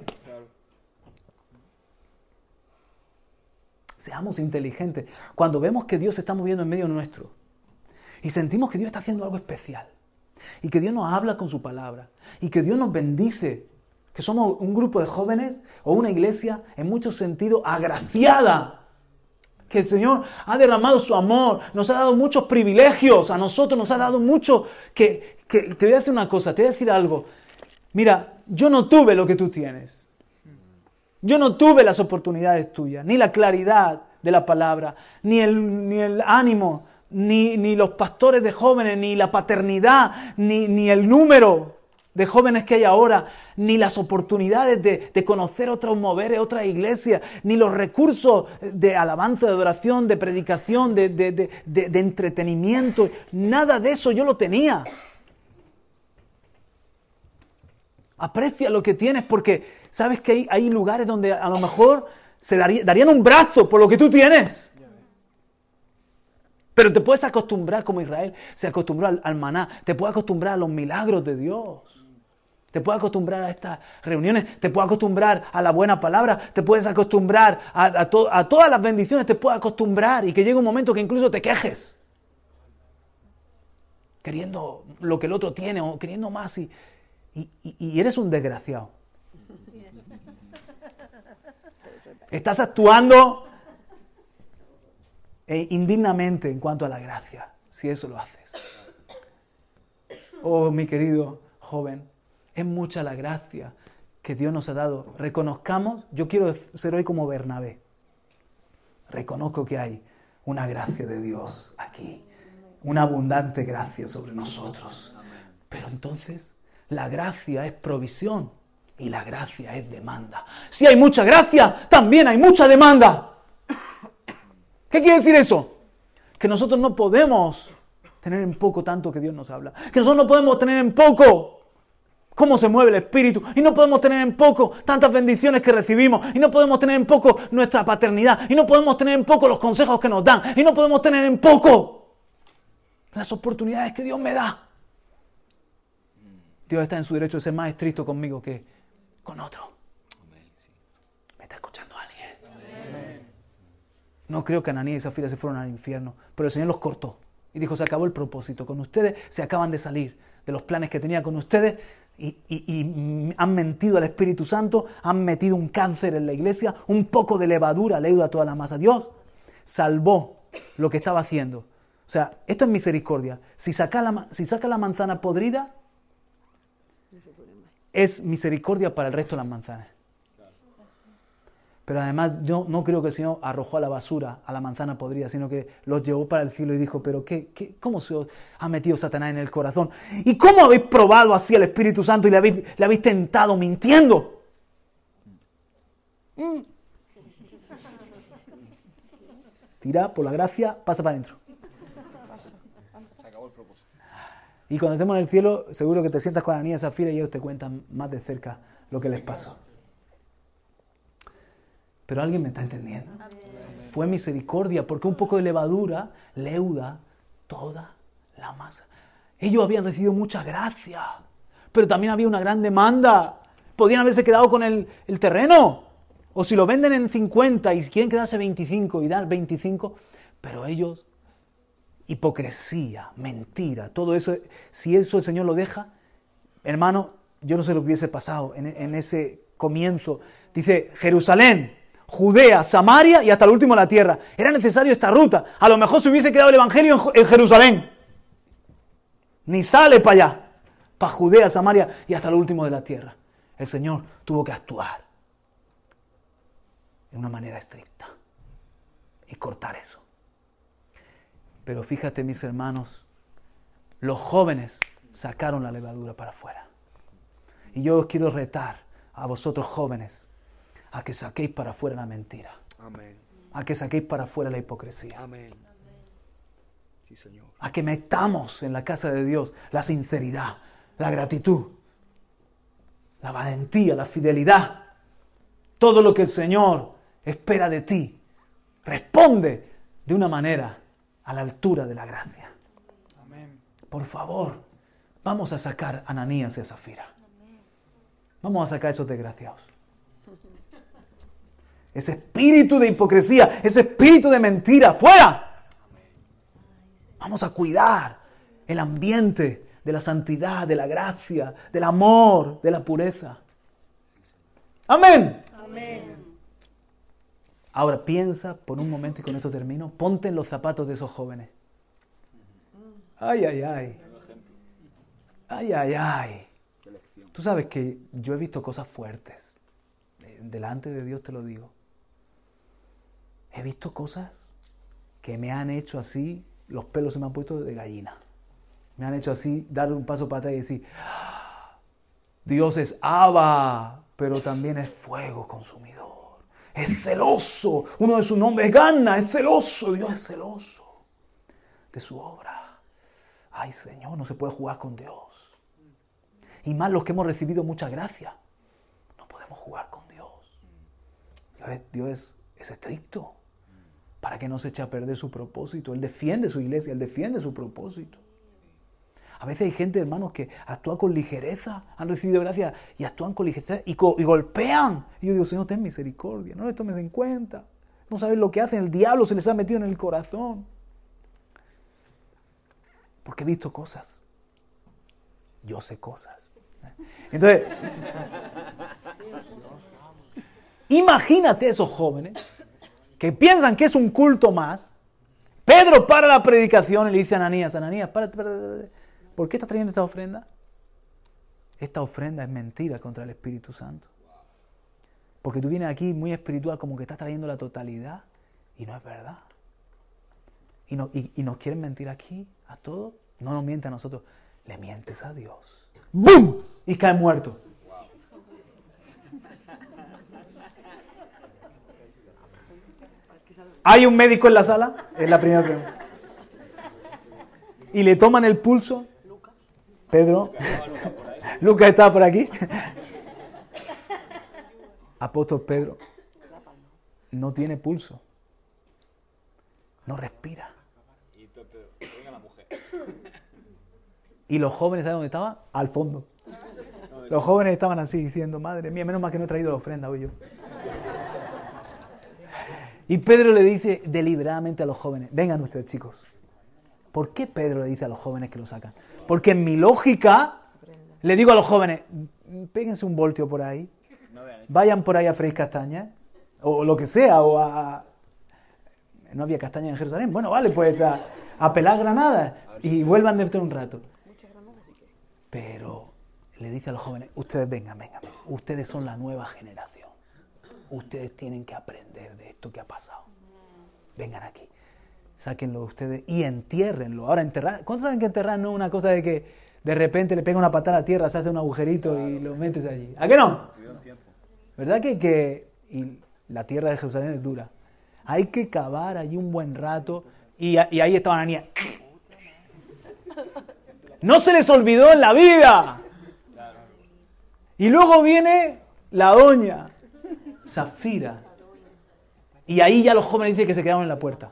Seamos inteligentes. Cuando vemos que Dios se está moviendo en medio nuestro y sentimos que Dios está haciendo algo especial y que Dios nos habla con su palabra y que Dios nos bendice, que somos un grupo de jóvenes o una iglesia en muchos sentidos agraciada, que el Señor ha derramado su amor, nos ha dado muchos privilegios, a nosotros nos ha dado mucho, que te voy a decir una cosa, te voy a decir algo. Mira, yo no tuve lo que tú tienes. Yo no tuve las oportunidades tuyas, ni la claridad de la palabra, ni el ánimo, ni los pastores de jóvenes, ni la paternidad, ni el número de jóvenes que hay ahora, ni las oportunidades de conocer otros moveres, otras iglesias, ni los recursos de alabanza, de adoración, de predicación, de entretenimiento. Nada de eso yo lo tenía. Aprecia lo que tienes porque sabes que hay lugares donde a lo mejor se darían un brazo por lo que tú tienes. Pero te puedes acostumbrar como Israel se acostumbró al maná, te puedes acostumbrar a los milagros de Dios. Te puedes acostumbrar a estas reuniones, te puedes acostumbrar a la buena palabra, te puedes acostumbrar a todas las bendiciones, te puedes acostumbrar y que llegue un momento que incluso te quejes. Queriendo lo que el otro tiene o queriendo más y eres un desgraciado. Estás actuando indignamente en cuanto a la gracia, si eso lo haces. Oh, mi querido joven, es mucha la gracia que Dios nos ha dado. Reconozcamos, yo quiero ser hoy como Bernabé. Reconozco que hay una gracia de Dios aquí, una abundante gracia sobre nosotros. Pero entonces, la gracia es provisión. y la gracia es demanda. Si hay mucha gracia, también hay mucha demanda. ¿Qué quiere decir eso? Que nosotros no podemos tener en poco tanto que Dios nos habla. Que nosotros no podemos tener en poco cómo se mueve el Espíritu. Y no podemos tener en poco tantas bendiciones que recibimos. Y no podemos tener en poco nuestra paternidad. Y no podemos tener en poco los consejos que nos dan. Y no podemos tener en poco las oportunidades que Dios me da. Dios está en su derecho de ser más estricto conmigo que con otro. ¿Me está escuchando alguien? No creo que Ananías y Zafira se fueron al infierno, pero el Señor los cortó y dijo, se acabó el propósito con ustedes, se acaban de salir de los planes que tenía con ustedes y han mentido al Espíritu Santo, han metido un cáncer en la iglesia, un poco de levadura leuda a toda la masa. Dios salvó lo que estaba haciendo. O sea, esto es misericordia. Si saca la manzana podrida, es misericordia para el resto de las manzanas. Pero además yo no creo que el Señor arrojó a la basura a la manzana podrida, sino que los llevó para el cielo y dijo, pero ¿cómo se os ha metido Satanás en el corazón? ¿Y cómo habéis probado así al Espíritu Santo y le habéis tentado mintiendo? Tira por la gracia, pasa para adentro. Se acabó el propósito. Y cuando estemos en el cielo, seguro que te sientas con Ananías y Zafira y ellos te cuentan más de cerca lo que les pasó. Pero alguien me está entendiendo. Fue misericordia, porque un poco de levadura leuda toda la masa. Ellos habían recibido mucha gracia, pero también había una gran demanda. Podían haberse quedado con el terreno, o si lo venden en 50 y quieren quedarse 25 y dar 25, pero ellos, hipocresía, mentira, todo eso, si eso el Señor lo deja, hermano, yo no sé lo que hubiese pasado en ese comienzo. Dice, Jerusalén, Judea, Samaria y hasta el último de la tierra. Era necesario esta ruta. A lo mejor se hubiese quedado el Evangelio en Jerusalén. Ni sale para allá, para Judea, Samaria y hasta el último de la tierra. El Señor tuvo que actuar de una manera estricta y cortar eso. Pero fíjate, mis hermanos, los jóvenes sacaron la levadura para afuera. Y yo os quiero retar a vosotros jóvenes a que saquéis para afuera la mentira. Amén. A que saquéis para afuera la hipocresía. Amén. Sí, Señor. A que metamos en la casa de Dios la sinceridad, la gratitud, la valentía, la fidelidad. Todo lo que el Señor espera de ti. Responde de una manera a la altura de la gracia. Amén. Por favor, vamos a sacar a Ananías y a Zafira. Vamos a sacar a esos desgraciados. Ese espíritu de hipocresía, ese espíritu de mentira, ¡fuera! Vamos a cuidar el ambiente de la santidad, de la gracia, del amor, de la pureza. ¡Amén! Amén. Ahora piensa por un momento, y con esto termino, ponte en los zapatos de esos jóvenes. ¡Ay, ay, ay! ¡Ay, ay, ay! Tú sabes que yo he visto cosas fuertes. Delante de Dios te lo digo. He visto cosas que me han hecho así, los pelos se me han puesto de gallina. Me han hecho así, dar un paso para atrás y decir, Dios es Abba, pero también es fuego consumidor. Es celoso. Uno de sus nombres es Gana, es celoso. Dios es celoso de su obra. Ay, Señor, no se puede jugar con Dios. Y más los que hemos recibido mucha gracia. No podemos jugar con Dios. Dios es estricto para que no se eche a perder su propósito. Él defiende su iglesia, Él defiende su propósito. A veces hay gente, hermanos, que actúa con ligereza, han recibido gracia y actúan con ligereza y golpean. Y yo digo, Señor, ten misericordia, no les tomes en cuenta. No sabes lo que hacen, el diablo se les ha metido en el corazón. Porque he visto cosas. Yo sé cosas. Entonces, imagínate esos jóvenes que piensan que es un culto más. Pedro para la predicación y le dice a Ananías, párate. ¿Por qué estás trayendo esta ofrenda? Esta ofrenda es mentira contra el Espíritu Santo. Porque tú vienes aquí muy espiritual, como que estás trayendo la totalidad, y no es verdad. Y nos quieren mentir aquí a todos. No nos miente a nosotros, le mientes a Dios. ¡Bum! Y cae muerto. ¿Hay un médico en la sala? Es la primera pregunta. Y le toman el pulso. Pedro. Lucas estaba por aquí. Apóstol Pedro. No tiene pulso. No respira. Y los jóvenes, ¿saben dónde estaban? Al fondo. Los jóvenes estaban así diciendo, madre mía, menos mal que no he traído la ofrenda hoy yo. Y Pedro le dice deliberadamente a los jóvenes, vengan ustedes chicos. ¿Por qué Pedro le dice a los jóvenes que lo sacan? Porque en mi lógica le digo a los jóvenes, péguense un voltio por ahí, vayan por ahí a freír castañas, o lo que sea, o a... No había castañas en Jerusalén, bueno, vale, pues a pelar granadas y vuelvan dentro de un rato. Pero le dice a los jóvenes, ustedes vengan, ustedes son la nueva generación. Ustedes tienen que aprender de esto que ha pasado. Vengan aquí, sáquenlo ustedes y entiérrenlo. Ahora enterrar, ¿cuántos saben que enterrar no es una cosa de que de repente le pega una patada a la tierra, se hace un agujerito y lo metes allí? ¿A qué no? ¿Verdad que y la tierra de Jerusalén es dura? Hay que cavar allí un buen rato y ahí estaba Ananías. No se les olvidó en la vida. Y luego viene la doña Safira. Y ahí ya los jóvenes dicen que se quedaron en la puerta.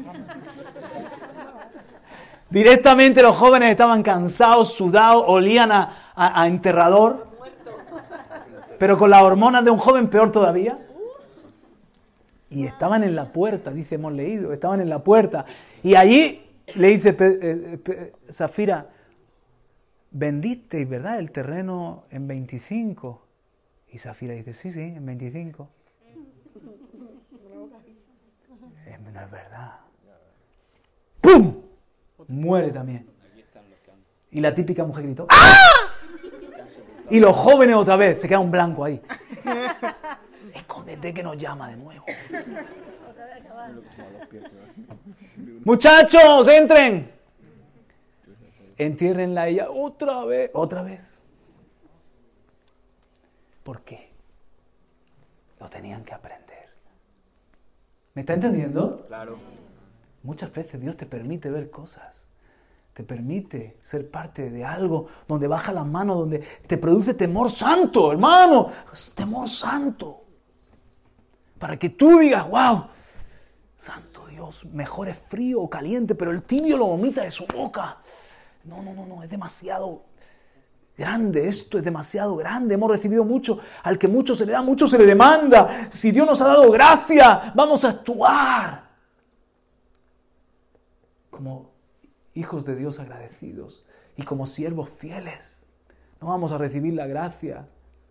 Directamente los jóvenes estaban cansados, sudados, olían a enterrador. Pero con las hormonas de un joven peor todavía. Y estaban en la puerta, dice, hemos leído, estaban en la puerta. Y allí le dice Safira, vendisteis, ¿verdad?, el terreno en 25. Y Safira dice, sí, en 25. No es verdad. ¡Pum! Muere también. Y la típica mujer gritó, ¡ah! Y los jóvenes otra vez, se queda un blanco ahí. Escóndete que nos llama de nuevo. Muchachos, entren. Entiérrenla a ella otra vez. ¿Por qué? Lo tenían que aprender. ¿Me está entendiendo? Claro. Muchas veces Dios te permite ver cosas. Te permite ser parte de algo donde baja las manos, donde te produce temor santo, hermano. Temor santo. Para que tú digas, wow, santo Dios, mejor es frío o caliente, pero el tibio lo vomita de su boca. No, es demasiado grande, esto es demasiado grande. Hemos recibido mucho, al que mucho se le da, mucho se le demanda. Si Dios nos ha dado gracia, vamos a actuar como hijos de Dios agradecidos y como siervos fieles. No vamos a recibir la gracia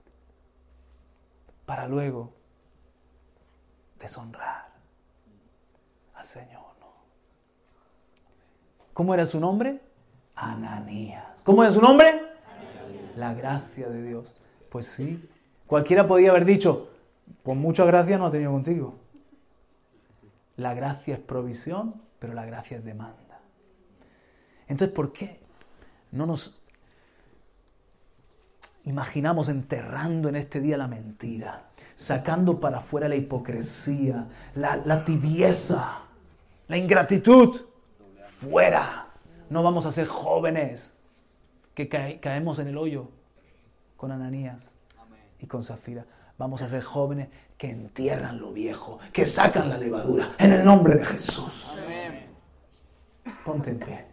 para luego deshonrar al Señor, ¿no? ¿Cómo era su nombre? Ananías. ¿Cómo era su nombre? Ananías. La gracia de Dios. Pues sí, cualquiera podía haber dicho, con mucha gracia no he tenido contigo. La gracia es provisión, pero la gracia es demanda. Entonces, ¿por qué no nos imaginamos enterrando en este día la mentira? Sacando para afuera la hipocresía, la tibieza, la ingratitud. Fuera. No vamos a ser jóvenes que caemos en el hoyo con Ananías y con Safira. Vamos a ser jóvenes que entierran lo viejo, que sacan la levadura. En el nombre de Jesús. Amén. Ponte en pie.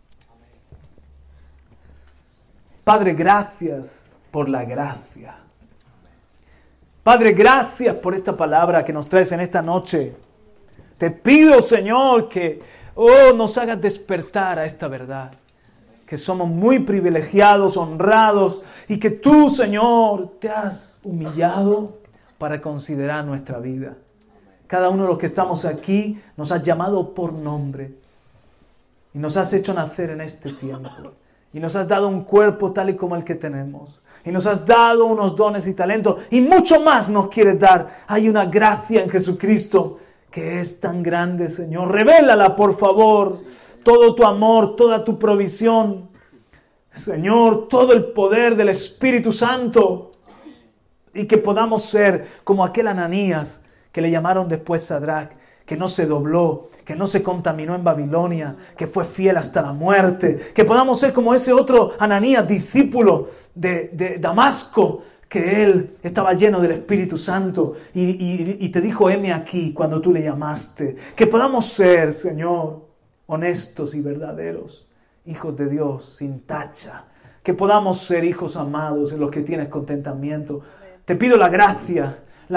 Padre, gracias por la gracia. Padre, gracias por esta palabra que nos traes en esta noche. Te pido, Señor, que nos hagas despertar a esta verdad. Que somos muy privilegiados, honrados, y que tú, Señor, te has humillado para considerar nuestra vida. Cada uno de los que estamos aquí nos has llamado por nombre y nos has hecho nacer en este tiempo. Y nos has dado un cuerpo tal y como el que tenemos. Y nos has dado unos dones y talentos. Y mucho más nos quieres dar. Hay una gracia en Jesucristo que es tan grande, Señor. Revélala, por favor. Todo tu amor, toda tu provisión. Señor, todo el poder del Espíritu Santo. Y que podamos ser como aquel Ananías que le llamaron después Sadrach. que no se dobló, que no se contaminó en Babilonia, que fue fiel hasta la muerte. Que podamos ser como ese otro Ananías, discípulo de Damasco, que él estaba lleno del Espíritu Santo y te dijo, heme aquí, cuando tú le llamaste. Que podamos ser, Señor, honestos y verdaderos, hijos de Dios, sin tacha. Que podamos ser hijos amados en los que tienes contentamiento. Te pido la gracia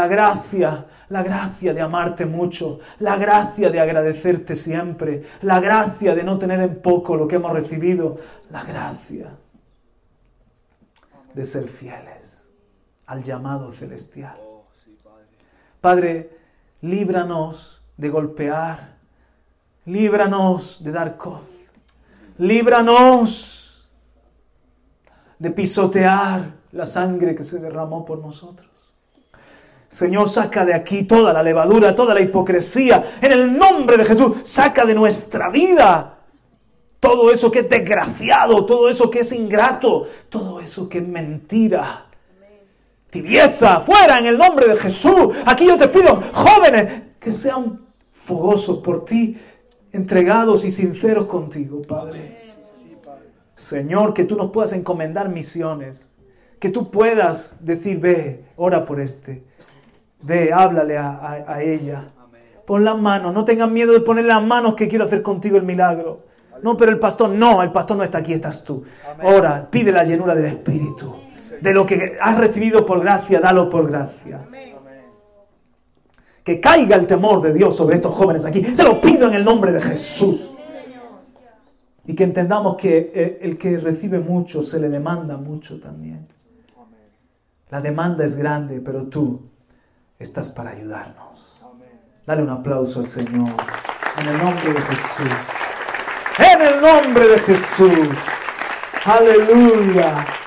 de amarte mucho, la gracia de agradecerte siempre, la gracia de no tener en poco lo que hemos recibido, la gracia de ser fieles al llamado celestial. Padre, líbranos de golpear, líbranos de dar coz, líbranos de pisotear la sangre que se derramó por nosotros. Señor, saca de aquí toda la levadura, toda la hipocresía, en el nombre de Jesús. Saca de nuestra vida todo eso que es desgraciado, todo eso que es ingrato, todo eso que es mentira. Tibieza, fuera en el nombre de Jesús. Aquí yo te pido, jóvenes, que sean fogosos por ti, entregados y sinceros contigo, Padre. Señor, que tú nos puedas encomendar misiones, que tú puedas decir, ve, ora por este. Ve, háblale a ella. Pon las manos. No tengan miedo de poner las manos, que quiero hacer contigo el milagro. No, pero el pastor no está aquí, estás tú. Ora, pide la llenura del Espíritu. De lo que has recibido por gracia, dalo por gracia. Que caiga el temor de Dios sobre estos jóvenes aquí. Te lo pido en el nombre de Jesús. Y que entendamos que el que recibe mucho, se le demanda mucho también. La demanda es grande, pero tú estás para ayudarnos. Dale un aplauso al Señor. En el nombre de Jesús. En el nombre de Jesús. Aleluya.